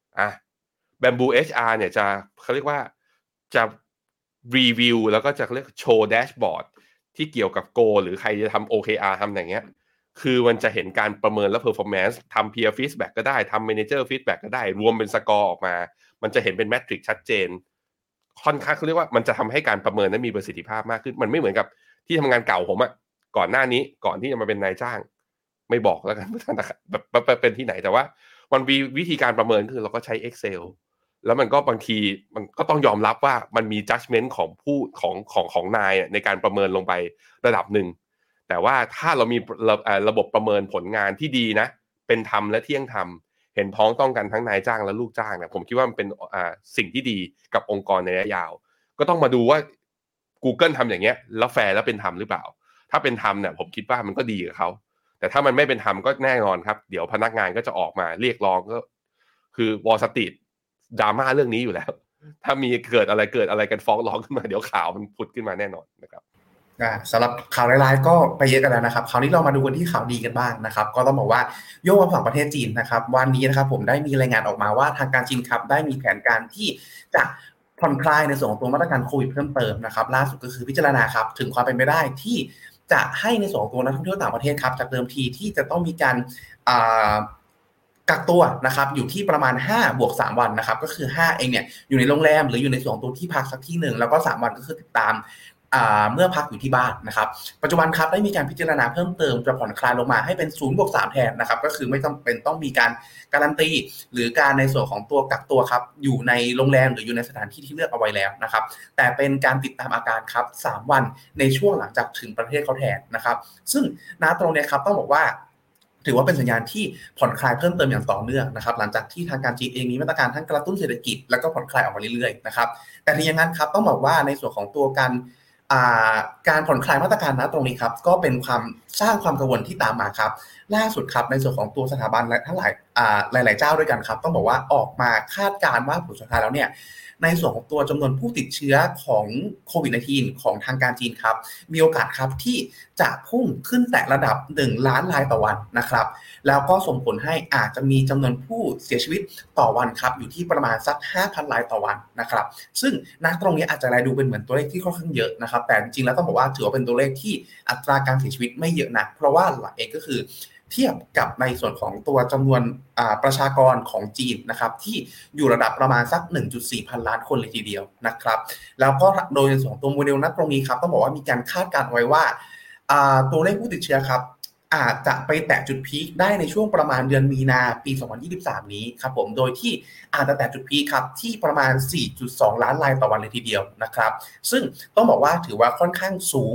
Bamboo HR เนี่ยจะเขาเรียกว่าจะรีวิวแล้วก็จะเรียกโชว์แดชบอร์ดที่เกี่ยวกับ Go หรือใครจะทำ OKR ทำอย่างเงี้ยคือมันจะเห็นการประเมินและ performance ทำ peer feedback ก็ได้ทำ manager feedback ก็ได้รวมเป็นสกอร์ออกมามันจะเห็นเป็นแมทริกชัดเจนค่อนข้างเขาเรียกว่ามันจะทำให้การประเมินนั้นมีประสิทธิภาพมากขึ้นมันไม่เหมือนกับที่ทำงานเก่าผมอะก่อนหน้านี้ก่อนที่จะมาเป็นนายจ้างไม่บอกแล้วกันแบบเป็นที่ไหนแต่ว่ามันมีวิธีการประเมินคือเราก็ใช้ Excel แล้วมันก็บางทีมันก็ต้องยอมรับว่ามันมี judgment ของผู้ของนายในการประเมินลงไประดับหนึ่งแต่ว่าถ้าเรามีระบบประเมินผลงานที่ดีนะเป็นธรรมและเที่ยงธรรมเห็นพ้องต้องกันทั้งนายจ้างและลูกจ้างเนี่ยผมคิดว่ามันเป็นสิ่งที่ดีกับองค์กรในระยะยาวก็ต้องมาดูว่า Google ทำอย่างเงี้ยแล้วแฟร์และเป็นธรรมหรือเปล่าถ้าเป็นธรรมเนี่ยผมคิดว่ามันก็ดีกับเขาแต่ถ้ามันไม่เป็นธรรมก็แน่นอนครับเดี๋ยวพนักงานก็จะออกมาเรียกร้องก็คือวอลสตรีทดราม่าเรื่องนี้อยู่แล้วถ้ามีเกิดอะไรกันฟ้องร้องขึ้นมาเดี๋ยวข่าวมันผุดขึ้นมาแน่นอนนะครับสำหรับข่าวร้ายๆก็ไปเยอะกันแล้วนะครับคราวนี้เรามาดูกันที่ข่าวดีกันบ้างนะครับก็ต้องบอกว่าโยกมาฝั่งประเทศจีนนะครับวันนี้นะครับผมได้มีรายงานออกมาว่าทางการจีนครับได้มีแผนการที่จะผ่อนคลายในส่วนของตัวมาตรการโควิดเพิ่มเติมนะครับล่าสุดก็คือพิจารณาครับถึงความเป็นไปได้ที่จะให้ในส่วนของตัวนักท่องเที่ยวต่างประเทศครับจากเดิมทีที่จะต้องมีการกักตัวนะครับอยู่ที่ประมาณ5+3 วันนะครับก็คือ5เองเนี่ยอยู่ในโรงแรมหรืออยู่ในส่วนของตัวที่พักสักที่หนึ่งแล้วก็3วันก็คือติดตามเมื่อพักอยู่ที่บ้านนะครับปัจจุบันครับได้มีการพิจารณาเพิ่มเติมจะผ่อนคลายลงมาให้เป็น0+3แทนนะครับก็คือไม่จำเป็นต้องมีการการันตีหรือการในส่วนของตัวกักตัวครับอยู่ในโรงแรมหรืออยู่ในสถานที่ที่เลือกเอาไว้แล้วนะครับแต่เป็นการติดตามอาการครับ3วันในช่วงหลังจากถึงประเทศเขาแทนนะครับซึ่งณตรงนี้ครับต้องบอกว่าถือว่าเป็นสัญญาณที่ผ่อนคลายเพิ่มเติมอย่างต่อเนื่องนะครับหลังจากที่ทางการจีนเองมีมาตรการทั้งกระตุ้นเศรษฐกิจแล้วก็ผ่อนคลายออกมาเรื่อยๆนะครับแต่ทีนี้งั้นครับต้องบอกว่าในส่วนของตัวการผ่อนคลายมาตรการณตรงนี้ครับก็เป็นความสร้างความกังวลที่ตามมาครับล่าสุดครับในส่วนของตัวสถาบันและทั้งหลายเจ้าด้วยกันครับต้องบอกว่าออกมาคาดการณ์ว่าผลสุดท้ายแล้วเนี่ยในส่วนของตัวจำนวนผู้ติดเชื้อของโควิด -19 ของทางการจีนครับมีโอกาสครับที่จะพุ่งขึ้นแตะระดับ1 ล้านรายต่อวันนะครับแล้วก็ส่งผลให้อาจจะมีจำนวนผู้เสียชีวิตต่อวันครับอยู่ที่ประมาณสัก 5,000 รายต่อวันนะครับซึ่งณตรงนี้อาจจะดูเป็นเหมือนตัวเลขที่ค่อนข้างเยอะนะครับแต่จริงๆแล้วต้องบอกว่าถือว่าเป็นตัวเลขที่อัตราการเสียชีวิตไม่เยอะนะเพราะว่าหลักเองก็คือเทียบกับในส่วนของตัวจำนวนประชากรของจีนนะครับที่อยู่ระดับประมาณสัก 1.4 พันล้านคนเลยทีเดียวนะครับแล้วก็โดยในส่วนของตัวโมเดลณตรงนี้ครับต้องบอกว่ามีการคาดการณ์ไว้ว่าตัวเลขผู้ติดเชื้อครับอาจจะไปแตะจุดพีคได้ในช่วงประมาณเดือนมีนาปี 2023 นี้ครับผมโดยที่อาจจะแตะจุดพีคครับที่ประมาณ 4.2 ล้านรายต่อวันเลยทีเดียวนะครับซึ่งต้องบอกว่าถือว่าค่อนข้างสูง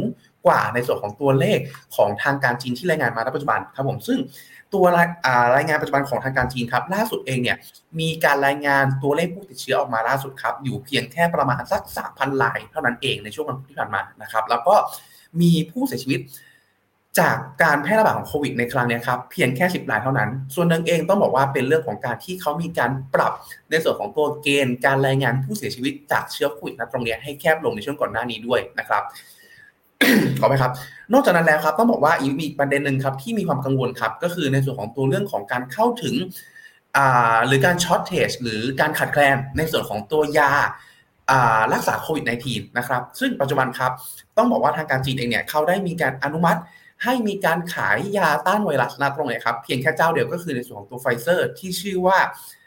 กว่าในส่วนของตัวเลขของทางการจีนที่รายงานมาณปัจจุบันครับผมซึ่งตัวรายงานปัจจุบันของทางการจีนครับล่าสุดเองเนี่ยมีการรายงานตัวเลขผู้ติดเชื้อออกมาล่าสุดครับอยู่เพียงแค่ประมาณสัก 3,000 รายเท่านั้นเองในช่วงวันพุธที่ผ่านมานะครับแล้วก็มีผู้เสียชีวิตจากการแพร่ระบาดของโควิดในครั้งนี้ครับเพียงแค่10 รายเท่านั้นส่วนหนึ่งเองต้องบอกว่าเป็นเรื่องของการที่เขามีการปรับในส่วนของตัวเกณฑ์การรายงานผู้เสียชีวิตจากเชื้อโควิดตรงนี้ให้แคบลงในช่วงก่อนหน้านี้ด้วยนะครับ ขอไปครับนอกจากนั้นแล้วครับต้องบอกว่าอีกประเด็นหนึ่งครับที่มีความกังวลครับก็คือในส่วนของตัวเรื่องของการเข้าถึงหรือการช็อตเทจหรือการขาดแคลนในส่วนของตัวยารักษาโควิด -19 นะครับซึ่งปัจจุบันครับต้องบอกว่าทางการจีนเองเนี่ยเขาได้มีการอนุมัติให้มีการขายยาต้านไวรัสตรงไหนครับเพียงแค่เจ้าเดียวก็คือในส่วนของตัวไฟเซอร์ที่ชื่อว่า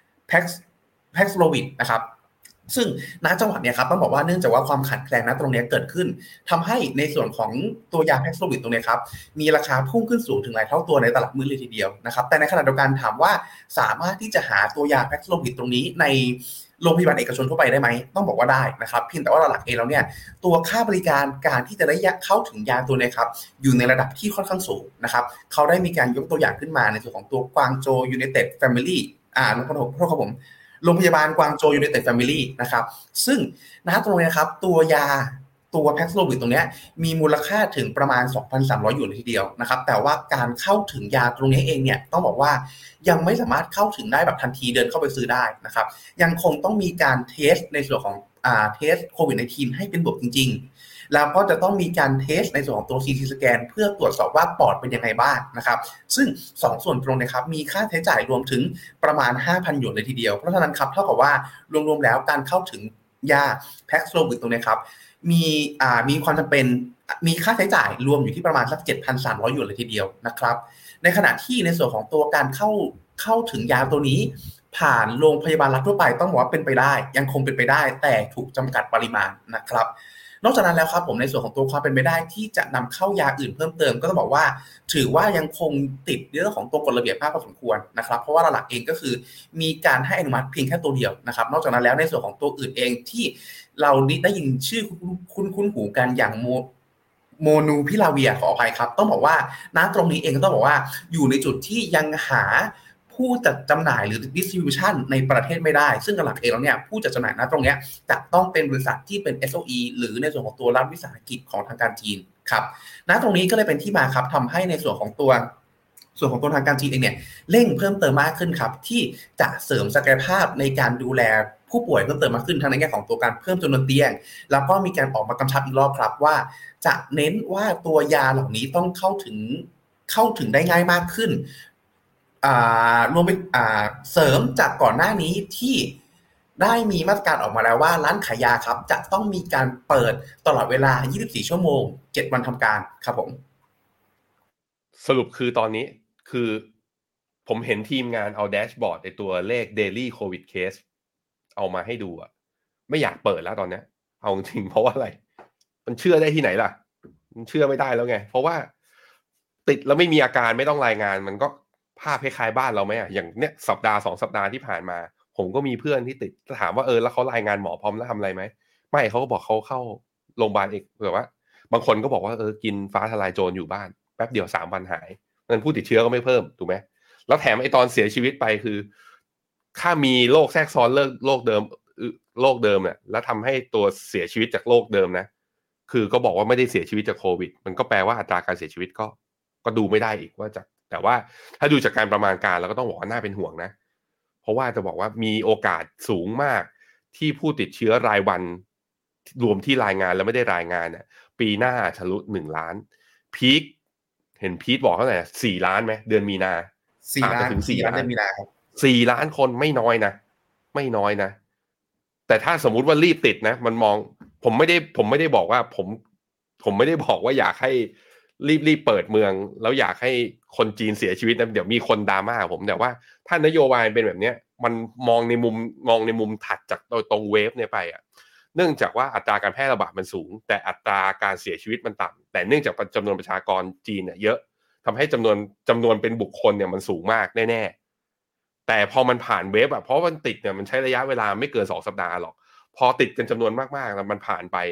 Paxlovid นะครับซึ่งณจังหวัดเนี่ยครับต้องบอกว่าเนื่องจากว่าความขัดแคลนตรงนี้เกิดขึ้นทำให้ในส่วนของตัวยาแพ็กโซวิดตรงนี้ครับมีราคาพุ่งขึ้นสูงถึงหลายเท่าตัวในตลาดมืดเลยทีเดียวนะครับแต่ในขณะเดียวกันถามว่าสามารถที่จะหาตัวยาแพ็กโซวิดตรงนี้ในโรงพยาบาลเอกชนทั่วไปได้ไหมต้องบอกว่าได้นะครับเพียงแต่ว่าหลักๆเองแล้วเนี่ยตัวค่าบริการการที่จะได้เข้าถึงยาตัวนี้ครับอยู่ในระดับที่ค่อนข้างสูงนะครับเขาได้มีการยกตัวอย่างขึ้นมาในส่วนของตัวกวางโจวยูไนเต็ดแฟมิลี่โทษครับผมโรงพยาบาลกวางโจวยูไนเต็ดแฟมิลี่นะครับซึ่งตรงนี้นะครับตัวยาตัวแพ็กโซวิดตรงนี้มีมูลค่าถึงประมาณ 2,300 หยวนเลยทีเดียวนะครับแต่ว่าการเข้าถึงยาตรงนี้เองเนี่ยต้องบอกว่ายังไม่สามารถเข้าถึงได้แบบทันทีเดินเข้าไปซื้อได้นะครับยังคงต้องมีการเทสในส่วนของเทสโควิด -19 ให้เป็นบวกจริงๆแล้วก็จะต้องมีการเทสในส่วนของตัว CT สแกนเพื่อตรวจสอบว่าปอดเป็นยังไงบ้างนะครับซึ่ง2ส่วนตรงนี้ครับมีค่าใช้จ่ายรวมถึงประมาณ 5,000 หยวนเลยทีเดียวเพราะฉะนั้นครับเท่ากับว่ารวมๆแล้วการเข้าถึงยาแพ็กโซวิดตรงนี้ครับมีความจำเป็นมีค่าใช้จ่ายรวมอยู่ที่ประมาณสัก 7,300 หยวนเลยทีเดียวนะครับในขณะที่ในส่วนของตัวการเข้าถึงยาตัวนี้ผ่านโรงพยาบาลรัฐทั่วไปต้องบอกว่าเป็นไปได้ยังคงเป็นไปได้แต่ถูกจำกัดปริมาณนะครับนอกจากนั้นแล้วครับผมในส่วนของตัวความเป็นไปได้ที่จะนำเข้ายาอื่นเพิ่มเติมก็ต้องบอกว่าถือว่ายังคงติดเรื่องของตัวกฎระเบียบมากพอสมควรนะครับเพราะว่าหลักเองก็คือมีการให้อนุมัติเพียงแค่ตัวเดียวนะครับนอกจากนั้นแล้วในส่วนของตัวอื่นเองที่เราได้ยินชื่อคุ้นหูกันอย่างโมนูพิลาเวียขออภัยครับต้องบอกว่าตรงนี้เองก็ต้องบอกว่าอยู่ในจุดที่ยังหาผู้จัดจำหน่ายหรือ distribution ในประเทศไม่ได้ซึ่งหลักเองแล้วเนี่ยผู้จัดจำหน่ายตรงนี้จะต้องเป็นบริษัทที่เป็น SOE หรือในส่วนของตัวรัฐวิสาหกิจของทางการจีนครับตรงนี้ก็เลยเป็นที่มาครับทำให้ในส่วนของตัวทางการจีนเองเนี่ยเร่งเพิ่มเติมมากขึ้นครับที่จะเสริมศักยภาพในการดูแลผู้ป่วยเพิ่มเติมมากขึ้นทั้งในแง่ของตัวการเพิ่มจำนวนเตียงแล้วก็มีการออกมากำชับอีกรอบครับว่าจะเน้นว่าตัวยาเหล่านี้ต้องเข้าถึงได้ง่ายมากขึ้นรวมไปเสริมจากก่อนหน้านี้ที่ได้มีมาตรการออกมาแล้วว่าร้านขายยาครับจะต้องมีการเปิดตลอดเวลา24ชั่วโมง7วันทำการครับผมสรุปคือตอนนี้คือผมเห็นทีมงานเอาแดชบอร์ดในตัวเลข Daily COVID Case เอามาให้ดูอะไม่อยากเปิดแล้วตอนนี้เอาจริงเพราะว่าอะไรมันเชื่อได้ที่ไหนล่ะมันเชื่อไม่ได้แล้วไงเพราะว่าติดแล้วไม่มีอาการไม่ต้องรายงานมันก็ภาพคล้ายๆบ้านเราไหมอย่างเนี้ยสัปดาห์2สัปดาห์ที่ผ่านมาผมก็มีเพื่อนที่ติดถามว่าแล้วเขารายงานหมอพร้อมแล้วทำอะไรไหมไม่เขาก็บอกเขาเข้าโรงพยาบาลเอกแบบว่าบางคนก็บอกว่ากินฟ้าทลายโจรอยู่บ้านแป๊บเดียว3 วันหายเงินผู้ติดเชื้อก็ไม่เพิ่มถูกไหมแล้วแถมไอตอนเสียชีวิตไปคือถ้ามีโรคแทรกซ้อนโรคเดิมเนี่ยแล้วทำให้ตัวเสียชีวิตจากโรคเดิมนะคือก็บอกว่าไม่ได้เสียชีวิตจากโควิดมันก็แปลว่าอัตราการเสียชีวิตก็ดูไม่ได้อีกว่าจากแต่ว่าถ้าดูจากการประมาณการเราก็ต้องบอกว่าน่าเป็นห่วงนะเพราะว่าจะบอกว่ามีโอกาสสูงมากที่ผู้ติดเชื้อรายวันรวมที่รายงานแล้วไม่ได้รายงานเนี่ยปีหน้าทะลุ1 ล้านพีคเห็นพีทบอกเท่าไหร่4 ล้านไหมเดือนมีนา 4 ล้านถึง4 ล้านเดือนมีนาครับ 4 ล้านคนไม่น้อยนะแต่ถ้าสมมุติว่ารีบติดนะมันมองผมไม่ได้บอกว่าผมไม่ได้บอกว่าอยากให้รีบเปิดเมืองแล้วอยากให้คนจีนเสียชีวิตนะเดี๋ยวมีคนดราม่าผมแต่ว่าถ้านโยบายเป็นแบบนี้มันมองในมุมถัดจากตรงเวฟเนี่ยไปเนื่องจากว่าอัตราการแพร่ระบาดมันสูงแต่อัตราการเสียชีวิตมันต่ำแต่เนื่องจากจำนวนประชากรจีนเนี่ยเยอะทำให้จำนวนเป็นบุคคลเนี่ยมันสูงมากแน่ๆแต่พอมันผ่านเวฟเพราะมันติดเนี่ยมันใช้ระยะเวลาไม่เกิน2 สัปดาห์หรอกพอติดกันจำนวนมากๆแล้วมันผ่านไป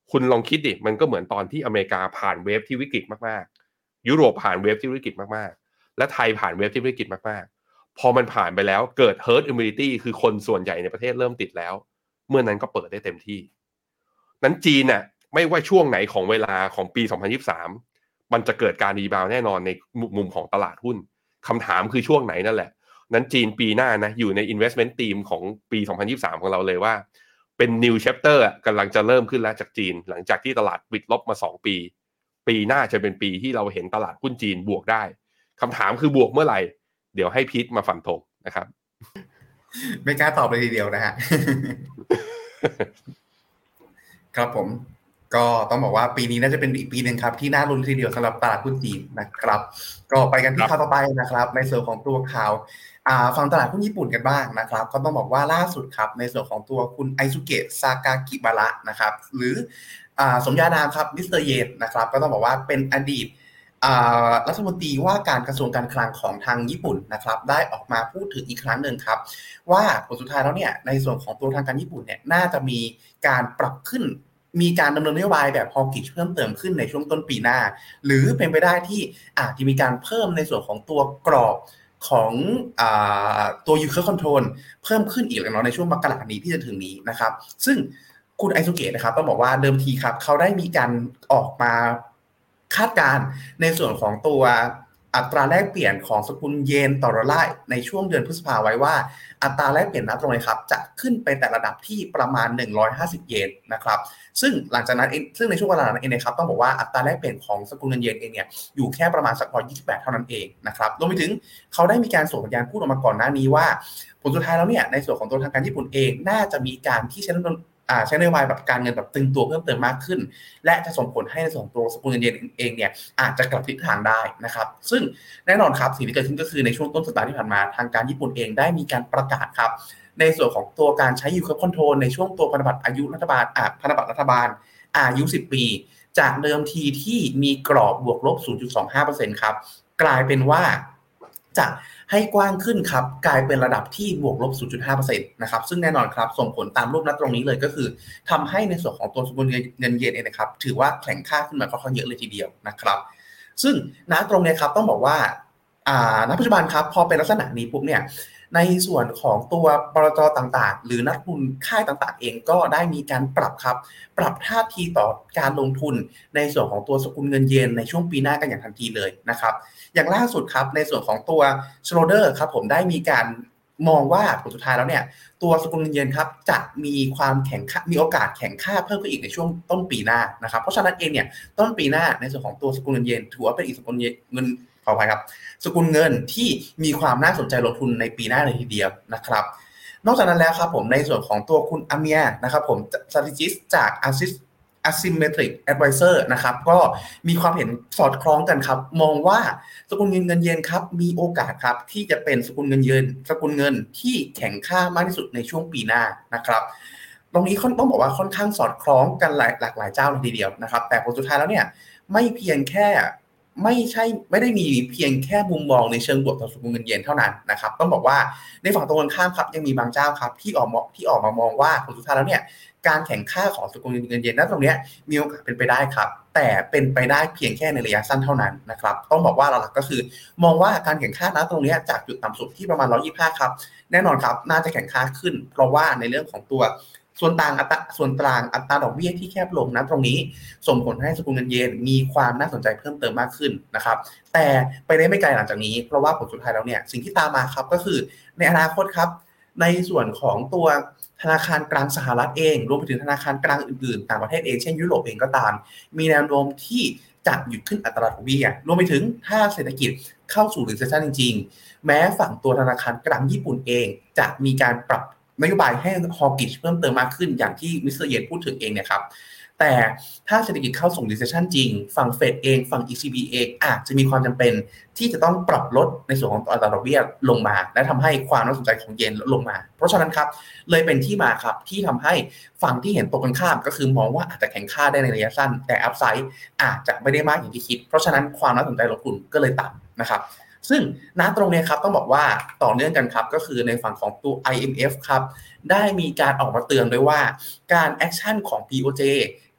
คุณลองคิดดิมันก็เหมือนตอนที่อเมริกาผ่านเวฟที่วิกฤตมากๆยุโรปผ่านเวฟที่วิกฤตมากๆและไทยผ่านเวฟที่วิกฤตมากๆพอมันผ่านไปแล้วเกิด herd immunity คือคนส่วนใหญ่ในประเทศเริ่มติดแล้วเมื่อนั้นก็เปิดได้เต็มที่นั้นจีนน่ะไม่ว่าช่วงไหนของเวลาของปี2023มันจะเกิดการรีบาวด์แน่นอนในมุมของตลาดหุ้นคำถามคือช่วงไหนนั่นแหละนั้นจีนปีหน้านะอยู่ใน investment theme ของปี2023ของเราเลยว่าเป็น new chapter กำลังจะเริ่มขึ้นแล้วจากจีนหลังจากที่ตลาดปิดลบมา2ปีปีหน้าจะเป็นปีที่เราเห็นตลาดหุ้นจีนบวกได้คำถามคือบวกเมื่อไหร่เดี๋ยวให้พีทมาฟันธงนะครับไม่กล้าตอบเลยทีเดียวนะฮะ ครับผมก็ต้องบอกว่าปีนี้น่าจะเป็นอีกปีนึงครับที่น่าลุ้นทีเดียวสำหรับตลาดหุ้นจีนนะครับก็ไปกันที่ข่าวต่อไปนะครับในส่วนของตัวข่าวฝั่งตลาดหุ้นญี่ปุ่นกันบ้างนะครับก็ต้องบอกว่าล่าสุดครับในส่วนของตัวคุณไอซุเกะซากากิบาระนะครับหรือสมญานามครับมิสเตอร์เยนนะครับก็ต้องบอกว่าเป็นอดีตรัฐมนตรีว่าการกระทรวงการคลังของทางญี่ปุ่นนะครับได้ออกมาพูดถึงอีกครั้งหนึ่งครับว่าผลสุดท้ายแล้วเนี่ยในส่วนของตัวทางการญี่ปุ่นเนี่ยน่าจะมีการปรับขึ้นมีการดำเนินนโยบายแบบฮอกิชเพิ่มเติมขึ้นในช่วงต้นปีหน้าหรือเป็นไปได้ที่อาจจะมีการเพิ่มในส่วนของตัวกรอบของตัว Yield Control เพิ่มขึ้นอีกแล้วเนาะในช่วงมกราคมนี้ที่จะถึงนี้นะครับซึ่งคุณไอซุเกะนะครับต้องบอกว่าเดิมทีครับเขาได้มีการออกมาคาดการณ์ในส่วนของตัวอัตราแลกเปลี่ยนของสกุลเยนต่อดอลลาร์ในช่วงเดือนพฤษภาคมไว้ว่าอัตราแลกเปลี่ยนณตรงนี้ครับจะขึ้นไปแต่ระดับที่ประมาณ150เยนนะครับซึ่งหลังจากนั้นซึ่งในช่วงเวลานั้นเองนะครับต้องบอกว่าอัตราแลกเปลี่ยนของสกุลเงินเยนเองเนี่ยอยู่แค่ประมาณสัก128เท่านั้นเองนะครับรวมไปถึงเขาได้มีการส่งสัญญาณพูดออกมาก่อนหน้านี้ว่าผลสุดท้ายแล้วเนี่ยในส่วนของตัวทางการญี่ปุ่นเองน่าจะมีการที่ใช้นโยบายแบบการเงินแบบตึงตัวเพิ่มเติมมากขึ้นและจะส่งผลให้ในส่วนตัวสกุลเงินเยนเองเนี่ยอาจจะกลับทิศทางได้นะครับซึ่งแน่นอนครับสิ่งที่เกิดขึ้นก็คือในช่วงต้นสัปดาห์ที่ผ่านมาทางการญี่ปุ่นเองได้มีการประกาศครับในส่วนของตัวการใช้ Yield Curve Control ในช่วงตัวพันธบัตรอายุรัฐบาลพันธบัตรรัฐบาลอายุ10ปีจากเดิมทีที่มีกรอบบวกลบ 0.25% ครับกลายเป็นว่าจะให้กว้างขึ้นครับกลายเป็นระดับที่บวกลบ 0.5% นะครับซึ่งแน่นอนครับส่งผลตามรูปณตรงนี้เลยก็คือทำให้ในส่วนของตัวสกุลเงินเยนเองนะครับถือว่าแข็งค่าขึ้นมาค่อนข้างเยอะเลยทีเดียวนะครับซึ่งณตรงนี้ครับต้องบอกว่าณปัจจุบันครับพอเป็นลักษณะนี้ปุ๊บเนี่ยในส่วนของตัวบลจ.ต่างๆหรือนักลงทุนค่ายต่างๆเองก็ได้มีการปรับท่าทีต่อการลงทุนในส่วนของตัวสกุลเงินเยนในช่วงปีหน้ากันอย่างทันทีเลยนะครับอย่างล่าสุดครับในส่วนของตัวชโรเดอร์ครับผมได้มีการมองว่าผลสุดท้ายแล้วเนี่ยตัวสกุลเงินเยนครับจะมีความแข็งค่ามีโอกาสแข็งค่าเพิ่มขึ้นอีกในช่วงต้นปีหน้านะครับเพราะฉะนั้นเองเนี่ยต้นปีหน้าในส่วนของตัวสกุลเงินเยนถือว่าเป็นอีกสกุลเงินขออภัยครับสกุลเงินที่มีความน่าสนใจลงทุนในปีหน้าเลยทีเดียวนะครับนอกจากนั้นแล้วครับผมในส่วนของตัวคุณอาเมียนะครับผม strategist จาก Asymmetric Advisor นะครับก็มีความเห็นสอดคล้องกันครับมองว่าสกุลเงินเยนครับมีโอกาสครับที่จะเป็นสกุลเงินที่แข็งค่ามากที่สุดในช่วงปีหน้านะครับตรงนี้ต้องบอกว่าค่อนข้างสอดคล้องกันหลากหลายเจ้าเลยทีเดียวนะครับแต่ผลสุดท้ายแล้วเนี่ยไม่ได้มีเพียงแค่มุมมองในเชิงบวกต่อสกุลเงินเยนเท่านั้นนะครับต้องบอกว่าในฝั่งตรงกันข้ามครับยังมีบางเจ้าครับที่ออกมามองว่าผลสุดท้ายแล้วเนี่ยการแข่งค่าของสกุลเงินเยนณตรงนี้มีโอกาสเป็นไปได้ครับแต่เป็นไปได้เพียงแค่ในระยะสั้นเท่านั้นนะครับต้องบอกว่าหลักๆก็คือมองว่าการแข่งค่าณตรงนี้จากจุดต่ำสุดที่ประมาณ125ครับแน่นอนครับน่าจะแข่งค่าขึ้นเพราะว่าในเรื่องของตัวส่วนต่างอัตราดอกเบี้ยที่แคบลงนะตรงนี้ส่งผลให้สกุลเงินเยนมีความน่าสนใจเพิ่มเติมมากขึ้นนะครับแต่ไปได้ไม่ไกลหลังจากนี้เพราะว่าผลสุดท้ายแล้วเนี่ยสิ่งที่ตามมาครับก็คือในอนาคตครับในส่วนของตัวธนาคารกลางสหรัฐเองรวมไปถึงธนาคารกลางอื่นๆต่างประเทศเองเช่นยุโรปเองก็ตามมีแนวโน้มที่จะหยุดขึ้นอัตราดอกเบี้ยรวมไปถึงถ้าเศรษฐกิจเข้าสู่ recession จริงๆแม้ฝั่งตัวธนาคารกลางญี่ปุ่นเองจะมีการปรับนโยบายให้ฮอกิชเพิ่มเติมมากขึ้นอย่างที่มิสเตอร์เยนพูดถึงเองเนี่ยครับแต่ถ้าเศรษฐกิจเข้าสู่ recession จริงฝั่งเฟดเองฝั่ง ECB เองอาจจะมีความจำเป็นที่จะต้องปรับลดในส่วนของอัตราดอกเบี้ยลงมาและทำให้ความน่าสนใจของเยนลดลงมาเพราะฉะนั้นครับเลยเป็นที่มาครับที่ทำให้ฝั่งที่เห็นตรงกันข้ามก็คือมองว่าอาจจะแข็งค่าได้ในระยะสั้นแต่อัพไซด์อาจจะไม่ได้มากอย่างที่คิดเพราะฉะนั้นความน่าสนใจลงทุนก็เลยต่ำนะครับซึ่งณตรงนี้ครับต้องบอกว่าต่อเนื่องกันครับก็คือในฝั่งของตัว IMF ครับได้มีการออกมาเตือนด้วยว่าการแอคชั่นของ BOJ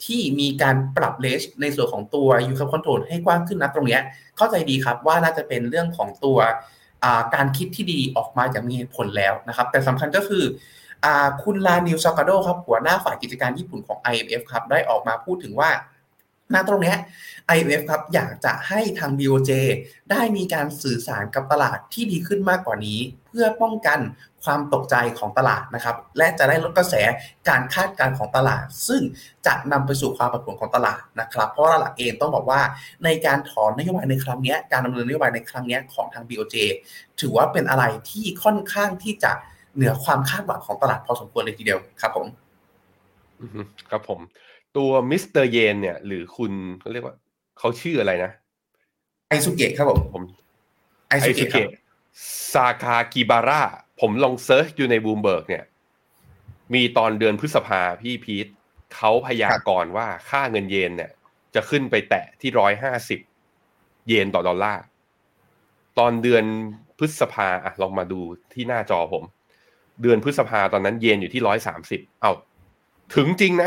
ที่มีการปรับเลนจ์ในส่วนของตัว yield curve control ให้กว้างขึ้นนะตรงนี้เข้าใจดีครับว่าน่าจะเป็นเรื่องของตัวการคิดที่ดีออกมาอย่างมีเหตุผลแล้วนะครับแต่สำคัญก็คือคุณลานิลซากาโดครับหัวหน้าฝ่ายกิจการญี่ปุ่นของ IMF ครับได้ออกมาพูดถึงว่าณตรงนี้ IMF ครับอยากจะให้ทาง BOJ ได้มีการสื่อสารกับตลาดที่ดีขึ้นมากกว่านี้เพื่อป้องกันความตกใจของตลาดนะครับและจะได้ลดกระแสการคาดการณ์ของตลาดซึ่งจะนำไปสู่ความผันผวนของตลาดนะครับเพราะตลาดเองต้องบอกว่าในการถอนนโยบายในครั้งนี้การดำเนินนโยบายในครั้งนี้ของทาง BOJ ถือว่าเป็นอะไรที่ค่อนข้างที่จะเหนือความคาดหวังของตลาดพอสมควรเลยทีเดียวครับผมครับผมตัวมิสเตอร์เยนเนี่ยหรือคุณเขาเรียกว่าเขาชื่ออะไรนะไอซุเกะครับผมไอซุเกะซาคากิบาระผมลองเซิร์ชอยู่ในบูมเบิร์กเนี่ยมีตอนเดือนพฤษภาพี่พีทเขาพยากรณ์ว่าค่าเงินเยนเนี่ยจะขึ้นไปแตะที่150เยนต่อดอลลาร์ตอนเดือนพฤษภาลองมาดูที่หน้าจอผมเดือนพฤษภาตอนนั้นเยนอยู่ที่130เอ้าถึงจริงนะ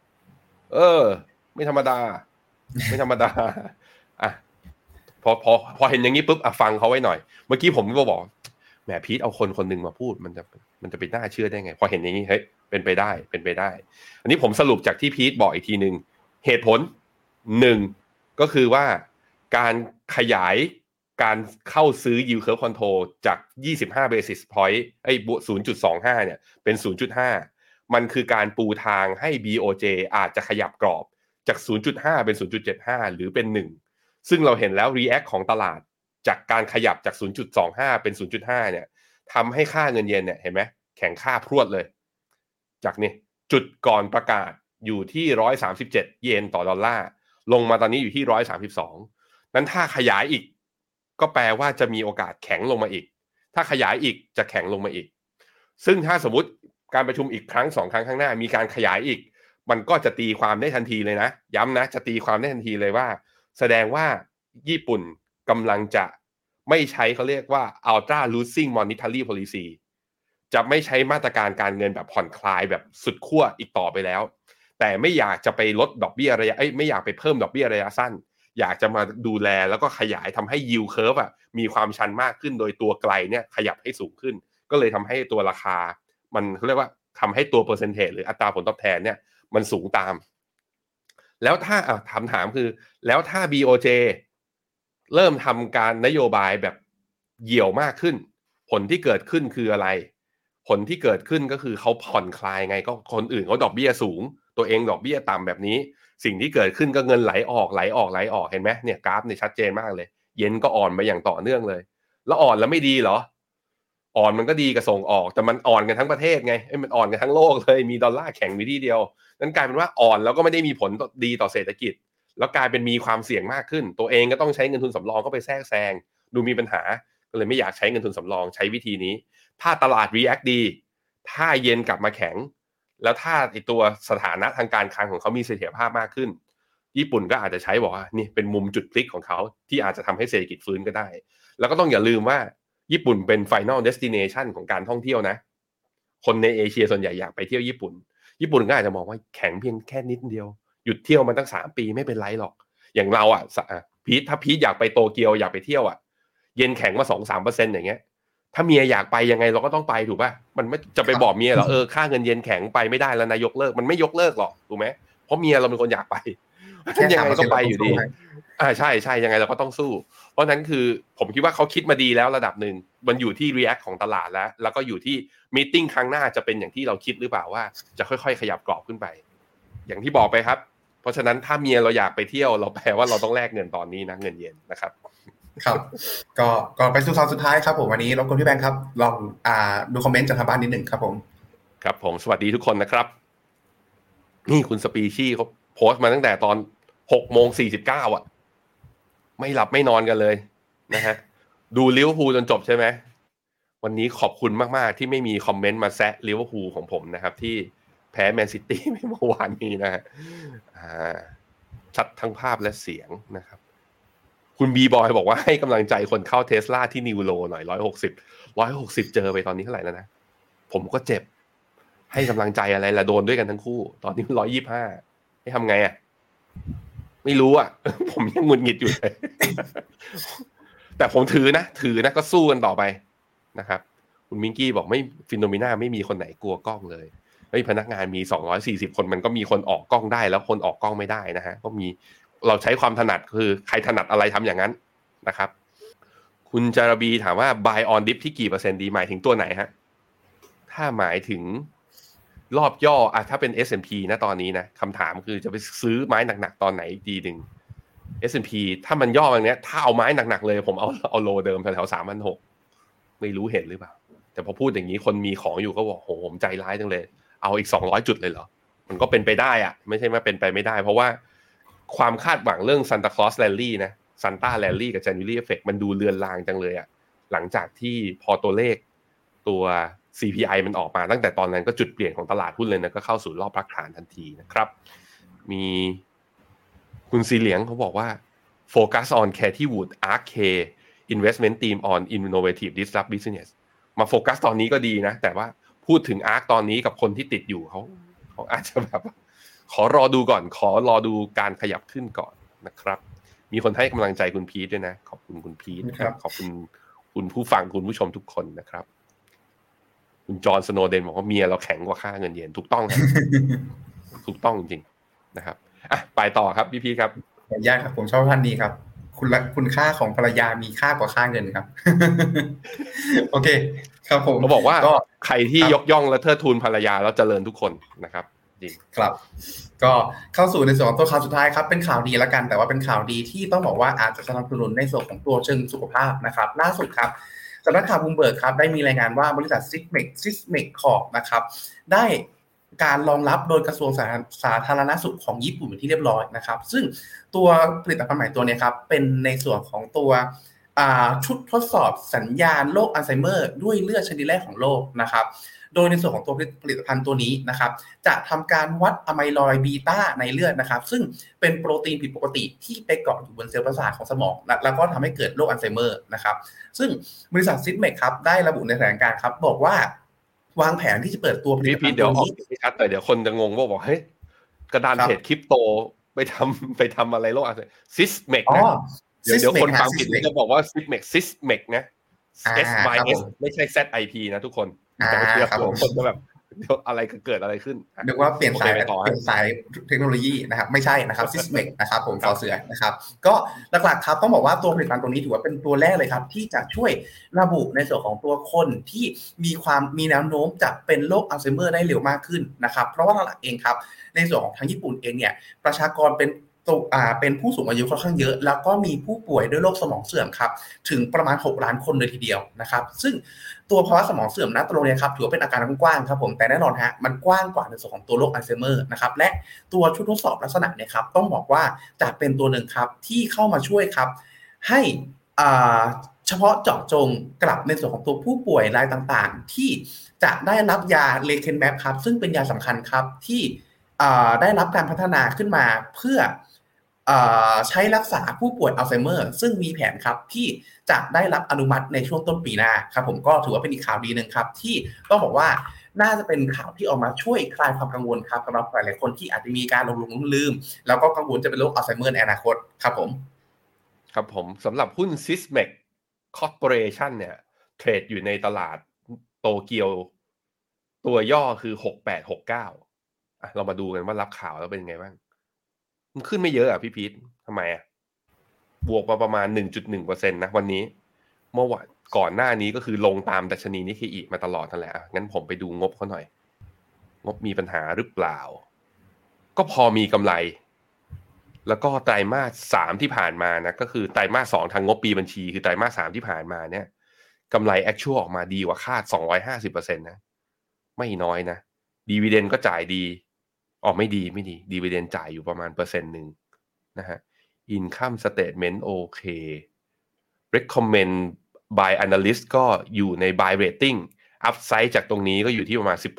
ไม่ธรรมดาอ่ะพอเห็นอย่างนี้ปุ๊บฟังเขาไว้หน่อยเมื่อกี้ผมก็บอกแหมพีทเอาคนหนึ่งมาพูดมันจะเป็นน่าเชื่อได้ไงพอเห็นอย่างนี้เฮ้ยเป็นไปได้อันนี้ผมสรุปจากที่พีทบอกอีกทีนึงเหตุผล1ก็คือว่าการขยายการเข้าซื้อ yield curve control จาก25 basis point 0.25 เนี่ยเป็น 0.5 มันคือการปูทางให้ BOJ อาจจะขยับกรอบจาก 0.5 เป็น 0.75 หรือเป็น1ซึ่งเราเห็นแล้ว react ของตลาดจากการขยับจาก 0.25 เป็น 0.5 เนี่ยทำให้ค่าเงินเยนเนี่ยเห็นไหมแข็งค่าพรวดเลยจากนี่จุดก่อนประกาศอยู่ที่137เยนต่อดอลลาร์ลงมาตอนนี้อยู่ที่132นั้นถ้าขยายอีกก็แปลว่าจะมีโอกาสแข็งลงมาอีกถ้าขยายอีกจะแข็งลงมาอีกซึ่งถ้าสมมุติการประชุมอีกครั้ง2ครั้งข้างหน้ามีการขยายอีกมันก็จะตีความได้ทันทีเลยนะย้ำนะจะตีความได้ทันทีเลยว่าแสดงว่าญี่ปุ่นกำลังจะไม่ใช้เขาเรียกว่า ultra loosening monetary policy จะไม่ใช้มาตรการการเงินแบบผ่อนคลายแบบสุดขั้วอีกต่อไปแล้วแต่ไม่อยากจะไปลดดอกเบี้ยระยะไม่อยากไปเพิ่มดอกเบี้ยระยะสั้นอยากจะมาดูแลแล้วก็ขยายทำให้ yield curve มีความชันมากขึ้นโดยตัวไกลเนี่ยขยับให้สูงขึ้นก็เลยทำให้ตัวราคามันเขาเรียกว่าทำให้ตัวเปอร์เซ็นเทจหรืออัตราผลตอบแทนเนี่ยมันสูงตามแล้วถ้าถามคือแล้วถ้า BOJ เริ่มทำการนโยบายแบบเหี่ยวมากขึ้นผลที่เกิดขึ้นคืออะไรผลที่เกิดขึ้นก็คือเขาผ่อนคลายไงก็คนอื่นเขาดอกเบี้ยสูงตัวเองดอกเบี้ยต่ำแบบนี้สิ่งที่เกิดขึ้นก็เงินไหลออกเห็นไหมเนี่ยกราฟเนี่ยชัดเจนมากเลยเย็นก็อ่อนไปอย่างต่อเนื่องเลยแล้วอ่อนแล้วไม่ดีเหรออ่อนมันก็ดีกับส่งออกแต่มันอ่อนกันทั้งประเทศไงมันอ่อนกันทั้งโลกเลยมีดอลลาร์แข็งมีที่เดียวนั้นกลายเป็นว่าอ่อนแล้วก็ไม่ได้มีผลดีต่อเศรษฐกิจแล้วกลายเป็นมีความเสี่ยงมากขึ้นตัวเองก็ต้องใช้เงินทุนสำรองเข้าไปแทรกแซงดูมีปัญหาก็เลยไม่อยากใช้เงินทุนสำรองใช้วิธีนี้ถ้าตลาด react ดีถ้าเยนกลับมาแข็งแล้วถ้าไอตัวสถานะทางการคลังของเขามีเสถียรภาพมากขึ้นญี่ปุ่นก็อาจจะใช้บอกว่านี่เป็นมุมจุดพลิกของเขาที่อาจจะทำให้เศรษฐกิจฟื้นก็ได้แล้วก็ต้องอย่าลืมว่าญี่ปุ่นเป็น final destination ของการท่องเที่ยวนะคนในเอเชียส่วนใหญ่อยากไปเที่ยวญี่ปุ่นก็อาจจะมองว่าแข็งเพียงแค่นิดเดียวหยุดเที่ยวมาตั้ง3 ปีไม่เป็นไรหรอกอย่างเราพีทถ้าพีทอยากไปโตเกียวอยากไปเที่ยวเยนแข็งมา 2-3% อย่างเงี้ยถ้าเมียอยากไปยังไงเราก็ต้องไปถูกป่ะมันไม่จะไปบอกเมียเหรอค่าเงินเยนแข็งไปไม่ได้แล้วนายกเลิกมันไม่ยกเลิกหรอกถูกไหมเพราะเมียเราเป็นคนอยากไปยังไงก็ไปอยู่ดีใช่ยังไงเราก็ต้องสู้เพราะนั้นคือผมคิดว่าเขาคิดมาดีแล้วระดับหนึ่งมันอยู่ที่ react ของตลาดแล้วก็อยู่ที่ meeting ครั้งหน้าจะเป็นอย่างที่เราคิดหรือเปล่าว่าจะค่อยๆขยับกรอบขึ้นไปอย่างที่บอกไปครับเพราะฉะนั้นถ้าเมียเราอยากไปเที่ยวเราแปลว่าเราต้องแลกเงินตอนนี้นะเงินเยนนะครับครับก็ไปสู่ตอนสุดท้ายครับผมวันนี้รบกวนพี่แบงค์ครับลองดูคอมเมนต์จากทางบ้านนิดหนึ่งครับผมครับผมสวัสดีทุกคนนะครับนี่คุณสปีชี่เขาโพสต์มาตั้งแต่ตอน 6:49 ไม่หลับไม่นอนกันเลยนะฮะดูลิเวอร์พูลจนจบใช่ไหมวันนี้ขอบคุณมากๆที่ไม่มีคอมเมนต์มาแซะลิเวอร์พูลของผมนะครับที่แพ้แมนซิตี้เมื่อวานนี้นะฮะชัดทั้งภาพและเสียงนะครับคุณบีบอยบอกว่าให้กำลังใจคนเข้าเทสลาที่นิวโลหน่อย160เจอไปตอนนี้เท่าไหร่แล้วนะผมก็เจ็บให้กำลังใจอะไรละโดนด้วยกันทั้งคู่ตอนนี้125 ให้ทำไงอ่ะไม่รู้อ่ะ ผมยังหงุดหงิดอยู่เลย แต่ผมถือนะก็สู้กันต่อไปนะครับคุณมิงกี้บอกไม่ฟิโนเมนาไม่มีคนไหนกลัวกล้องเลยเฮ้ยพนักงานมี240คนมันก็มีคนออกกล้องได้แล้วคนออกกล้องไม่ได้นะฮะก็มีเราใช้ความถนัดคือใครถนัดอะไรทำอย่างนั้นนะครับคุณจารบีถามว่า buy on dip ที่กี่เปอร์เซ็นต์ดีหมายถึงตัวไหนฮะถ้าหมายถึงรอบย่ออะถ้าเป็น S&P นะตอนนี้นะคำถามคือจะไปซื้อไม้หนักๆตอนไหนดีหนึ่ง S&P ถ้ามันย่อแบบนี้ถ้าเอาไม้หนักๆเลยผมเอาโลเดิมแถวๆ 3,600 ไม่รู้เห็นหรือเปล่าแต่พอพูดอย่างนี้คนมีของอยู่ก็บอกโหผมใจร้ายจังเลยเอาอีก200จุดเลยเหรอมันก็เป็นไปได้อะไม่ใช่ว่าเป็นไปไม่ได้เพราะว่าความคาดหวังเรื่อง Santa Claus Rally นะ Santa Rally กับ January Effect มันดูเลือนลางจังเลยอะหลังจากที่พอตัวเลขตัว CPI มันออกมาตั้งแต่ตอนนั้นก็จุดเปลี่ยนของตลาดหุ้นเลยนะก็เข้าสู่รอบพักฐานทันทีนะครับมีคุณสีเหลียงเขาบอกว่า Focus on Katie Wood Arc K Investment Team on Innovative Disrupt Business มาโฟกัสตอนนี้ก็ดีนะแต่ว่าพูดถึง Arc ตอนนี้กับคนที่ติดอยู่เขาอาจจะแบบขอรอดูก่อนขอรอดูการขยับขึ้นก่อนนะครับมีคนให้กำลังใจคุณพีทด้วยนะขอบคุณคุณพีทครับขอบคุณคุณผู้ฟังคุณผู้ชมทุกคนนะครับคุณจอห์นสโนเดนบอกว่าเมียเราแข็งกว่าค่าเงินเยนถูกต้องครับ ถูกต้องจริงนะครับอ่ะไปต่อครับพี่พีครับขออนุญาตครับผมชอบท่านนี้ครับคุณค่าของภรรยามีค่ากว่าค่าเงินครับ โอเคครับผมเขาบอกว่าใครที่ยกย่องและเทิดทูนภรรยาแล้วเจริญทุกคนนะครับจริงครับก็เข้าสู่ในส่วนของตัวข่าวสุดท้ายครับเป็นข่าวดีแล้วกันแต่ว่าเป็นข่าวดีที่ต้องบอกว่าอาจจะสนับสนุนในส่วนของตัวเชิงสุขภาพนะครับล่าสุดครับสำนักข่าวบูมเบิร์กครับได้มีรายงานว่าบริษัทซิสเมกคอร์ปนะครับได้การรองรับโดยกระทรวงสาธารณสุขของญี่ปุ่นเป็นที่เรียบร้อยนะครับซึ่งตัวผลิตภัณฑ์ใหม่ตัวนี้ครับเป็นในส่วนของตัวชุดทดสอบสัญญาณโรคอัลไซเมอร์ด้วยเลือดชนิดแรกของโลกนะครับโดยในส่วนของตัวผลิตภัณฑ์ตัวนี้นะครับจะทำการวัดอะไมลอยด์บีต้าในเลือดนะครับซึ่งเป็นโปรตีนผิดปกติที่ไปเกาะอยู่บนเซลล์ประสาทของสมองแล้วก็ทำให้เกิดโรคอัลไซเมอร์นะครับซึ่งบริษัทซิสเมกครับได้ระบุในแถลงการณ์ครับบอกว่าวางแผนที่จะเปิดตัวผลิตภัณฑ์ตัวนี้ไม่ชัดแต่เดี๋ยวคนจะงงว่าบอกเฮ้ยกระดานเทรดคริปโตไปทำอะไรโลกอะไรซิสเมกนะเดี๋ยวคนฟังผิดจะบอกว่าซิสเมกนะ SYS ไม่ใช่ ZIP นะทุกคนแต่ไม่เชื่อคนจะแบบเดี๋ยวอะไรเกิดอะไรขึ้นนึกว่าเปลี่ยนสายเทคโนโลยีนะครับไม่ใช่นะครับซิสเมกนะครับผมฟอเสือนะครับก็หลักๆครับต้องบอกว่าตัวผลิตภัณฑ์ตัวนี้ถือว่าเป็นตัวแรกเลยครับที่จะช่วยระบุในส่วนของตัวคนที่มีแนวโน้มจะเป็นโรคอัลไซเมอร์ได้เร็วมากขึ้นนะครับเพราะว่าหลักๆเองครับในส่วนของทางญี่ปุ่นเองเนี่ยประชากรเป็นผู้สูงอายุค่อนข้างเยอะแล้วก็มีผู้ป่วยด้วยโรคสมองเสื่อมครับถึงประมาณ6ล้านคนเลยทีเดียวนะครับซึ่งตัวภาวะสมองเสื่อมณตรงนี้ครับถือว่าเป็นอาการกว้างครับผมแต่แน่นอนฮะมันกว้างกว่าในส่วนของตัวโรคอัลไซเมอร์นะครับและตัวชุดทดสอบลักษณะเนี่ยครับต้องบอกว่าจะเป็นตัวหนึ่งครับที่เข้ามาช่วยครับให้เฉพาะเจาะจงกลับในส่วนของตัวผู้ป่วยรายต่างๆที่จะได้รับยาเลเคนแมปครับซึ่งเป็นยาสำคัญครับที่ได้รับการพัฒนาขึ้นมาเพื่อใช้รักษาผู้ป่วยอัลไซเมอร์ซึ่งมีแผนครับที่จะได้รับอนุมัติในช่วงต้นปีหน้าครับผมก็ถือว่าเป็นอีกข่าวดีนึงครับที่ต้องบอกว่าน่าจะเป็นข่าวที่ออกมาช่วยคลายความกังวลครับสำหรับหลายๆคนที่อาจจะมีการลืมแล้วก็กังวลจะเป็นโรคอัลไซเมอร์ในอนาคตครับผมสำหรับหุ้น Sysmex Corporation เนี่ยเทรดอยู่ในตลาดโตเกียวตัวย่อคือ6869เรามาดูกันว่ารับข่าวแล้วเป็นไงบ้างมันขึ้นไม่เยอะพี่พีททำไมบวกมาประมาณ 1.1% นะวันนี้เมื่อวันก่อนหน้านี้ก็คือลงตามดัชนีนิเคอิมาตลอดนั่นแหละงั้นผมไปดูงบเขาหน่อยงบมีปัญหาหรือเปล่าก็พอมีกำไรแล้วก็ไตรมาส3ที่ผ่านมานะก็คือไตรมาส2ทางงบปีบัญชีคือไตรมาส3ที่ผ่านมาเนี่ยกำไร actual ออกมาดีกว่าคาด 250% นะไม่น้อยนะดีวิเดนก็จ่ายดีไม่ดีดีวิเดนจ่ายอยู่ประมาณ%นึงนะฮะ income statement โอเค recommend by analyst ก็อยู่ใน buy rating upside จากตรงนี้ก็อยู่ที่ประมาณ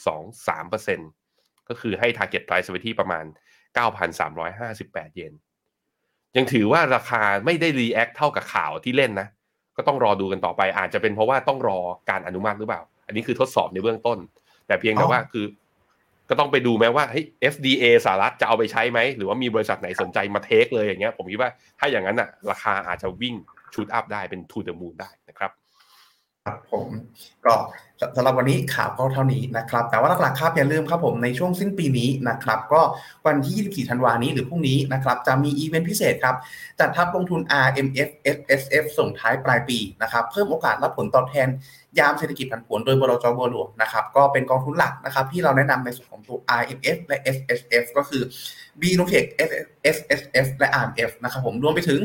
16.23% ก็คือให้ target price ไว้ที่ประมาณ 9,358 เยนยังถือว่าราคาไม่ได้ react เท่ากับข่าวที่เล่นนะก็ต้องรอดูกันต่อไปอาจจะเป็นเพราะว่าต้องรอการอนุมัติหรือเปล่าอันนี้คือทดสอบในเบื้องต้นแต่เพียงแต่ว่าคือก็ต้องไปดูไหมว่าเฮ้ย FDA สหรัฐจะเอาไปใช้ไหมหรือว่ามีบริษัทไหนสนใจมาเทคเลยอย่างเงี้ยผมคิดว่าถ้าอย่างนั้นอ่ะราคาอาจจะวิ่งชูตอัพได้เป็น to the moon ได้นะครับครับผมก็สำหรับวันนี้ข่าวก็เท่านี้นะครับแต่ว่าหลักๆครับอย่าลืมครับผมในช่วงสิ้นปีนี้นะครับก็วันที่24ธันวาคมนี้หรือพรุ่งนี้นะครับจะมีอีเวนต์พิเศษครับจัดทับลงทุน RMF SSF ส่งท้ายปลายปีนะครับเพิ่มโอกาสรับผลตอบแทนยามเศรษฐกิจผันผวนโดยบลจ.บัวหลวงนะครับก็เป็นกองทุนหลักนะครับที่เราแนะนำในส่วนของตัว RMF และ SSF ก็คือ BNOTech SSF และ RMF นะครับผมรวมไปถึง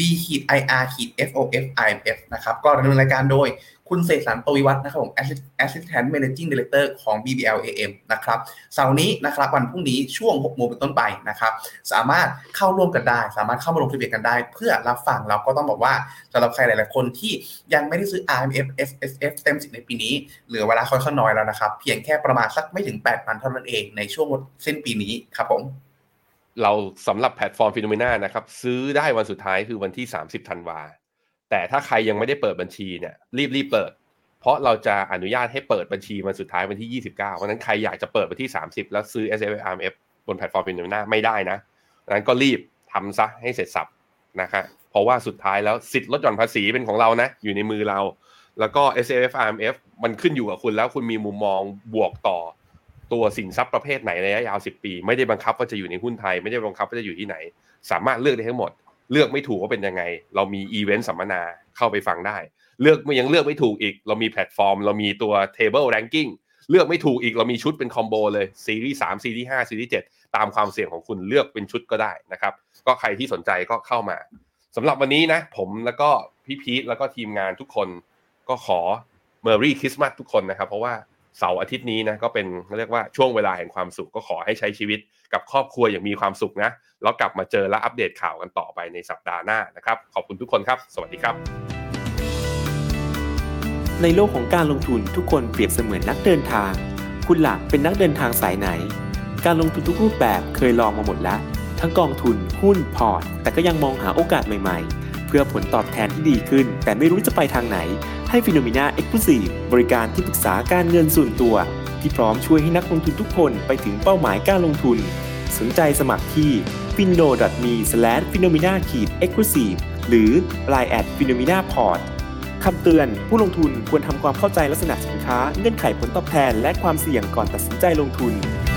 B-IR-FOF IMF นะครับก็ดำเนินรายการโดยคุณเสกสรร ปวิวัฒน์นะครับผม Assistant Managing Director ของ BBLAM นะครับเสาร์นี้นะครับวันพรุ่งนี้ช่วง 6 โมงเป็นต้นไปนะครับสามารถเข้าร่วมกันได้สามารถเข้ามาลงทะเบียนกันได้เพื่อรับฟังเราก็ต้องบอกว่าสำหรับใครหลายๆคนที่ยังไม่ได้ซื้อ RMF SSF เต็มสิทธิ์ในปีนี้เหลือเวลาค่อนข้างน้อยแล้วนะครับเพียงแค่ประมาณสักไม่ถึง8วันเท่านั้นเองในช่วงสิ้นปีนี้ครับผมเราสำหรับแพลตฟอร์ม Phenomena นะครับซื้อได้วันสุดท้ายคือวันที่30ธันวาแต่ถ้าใครยังไม่ได้เปิดบัญชีเนี่ยรีบเปิดเพราะเราจะอนุญาตให้เปิดบัญชีวันสุดท้ายวันที่29เพราะฉะนั้นใครอยากจะเปิดวันที่30แล้วซื้อ SFRMF บนแพลตฟอร์ม Phenomena ไม่ได้นะดังนั้นก็รีบทำซะให้เสร็จสับนะครับเพราะว่าสุดท้ายแล้วสิทธิ์ลดหย่อนภาษีเป็นของเรานะอยู่ในมือเราแล้วก็ SFRMF มันขึ้นอยู่กับคุณแล้วคุณมีมุมมองบวกต่อตัวสินทรัพย์ประเภทไหนในระยะยาว10ปีไม่ได้บังคับว่าจะอยู่ในหุ้นไทยไม่ได้บังคับว่าจะอยู่ที่ไหนสามารถเลือกได้ทั้งหมดเลือกไม่ถูกว่าเป็นยังไงเรามีอีเวนต์สัมมนาเข้าไปฟังได้ยังเลือกไม่ถูกอีกเรามีแพลตฟอร์มเรามีตัว table ranking เลือกไม่ถูกอีกเรามีชุดเป็นคอมโบเลยซีรีส์3ซีรีส์5ซีรีส์7ตามความเสี่ยงของคุณเลือกเป็นชุดก็ได้นะครับก็ใครที่สนใจก็เข้ามาสำหรับวันนี้นะผมแล้วก็พี่พีทแล้วก็ทีมงานทุกคนก็ขอ Merry Christmas ทุกคนนะครับเพราะว่าเสาร์อาทิตย์นี้นะก็เป็นเรียกว่าช่วงเวลาแห่งความสุขก็ขอให้ใช้ชีวิตกับครอบครัวอย่างมีความสุขนะแล้วกลับมาเจอและอัปเดตข่าวกันต่อไปในสัปดาห์หน้านะครับขอบคุณทุกคนครับสวัสดีครับในโลกของการลงทุนทุกคนเปรียบเสมือนนักเดินทางคุณหลักเป็นนักเดินทางสายไหนการลงทุนทุกรูปแบบเคยลองมาหมดแล้วทั้งกองทุนหุ้นพอร์ตแต่ก็ยังมองหาโอกาสใหม่ๆเพื่อผลตอบแทนที่ดีขึ้นแต่ไม่รู้จะไปทางไหนให้ Phenomena Exclusive บริการที่ปรึกษาการเงินส่วนตัวที่พร้อมช่วยให้นักลงทุนทุกคนไปถึงเป้าหมายการลงทุนสนใจสมัครที่ fino.me/phenomena-exclusive หรือ line@ @phenomena-port คำเตือนผู้ลงทุนควรทำความเข้าใจลักษณะสินค้าเงื่อนไขผลตอบแทนและความเสี่ยงก่อนตัดสินใจลงทุน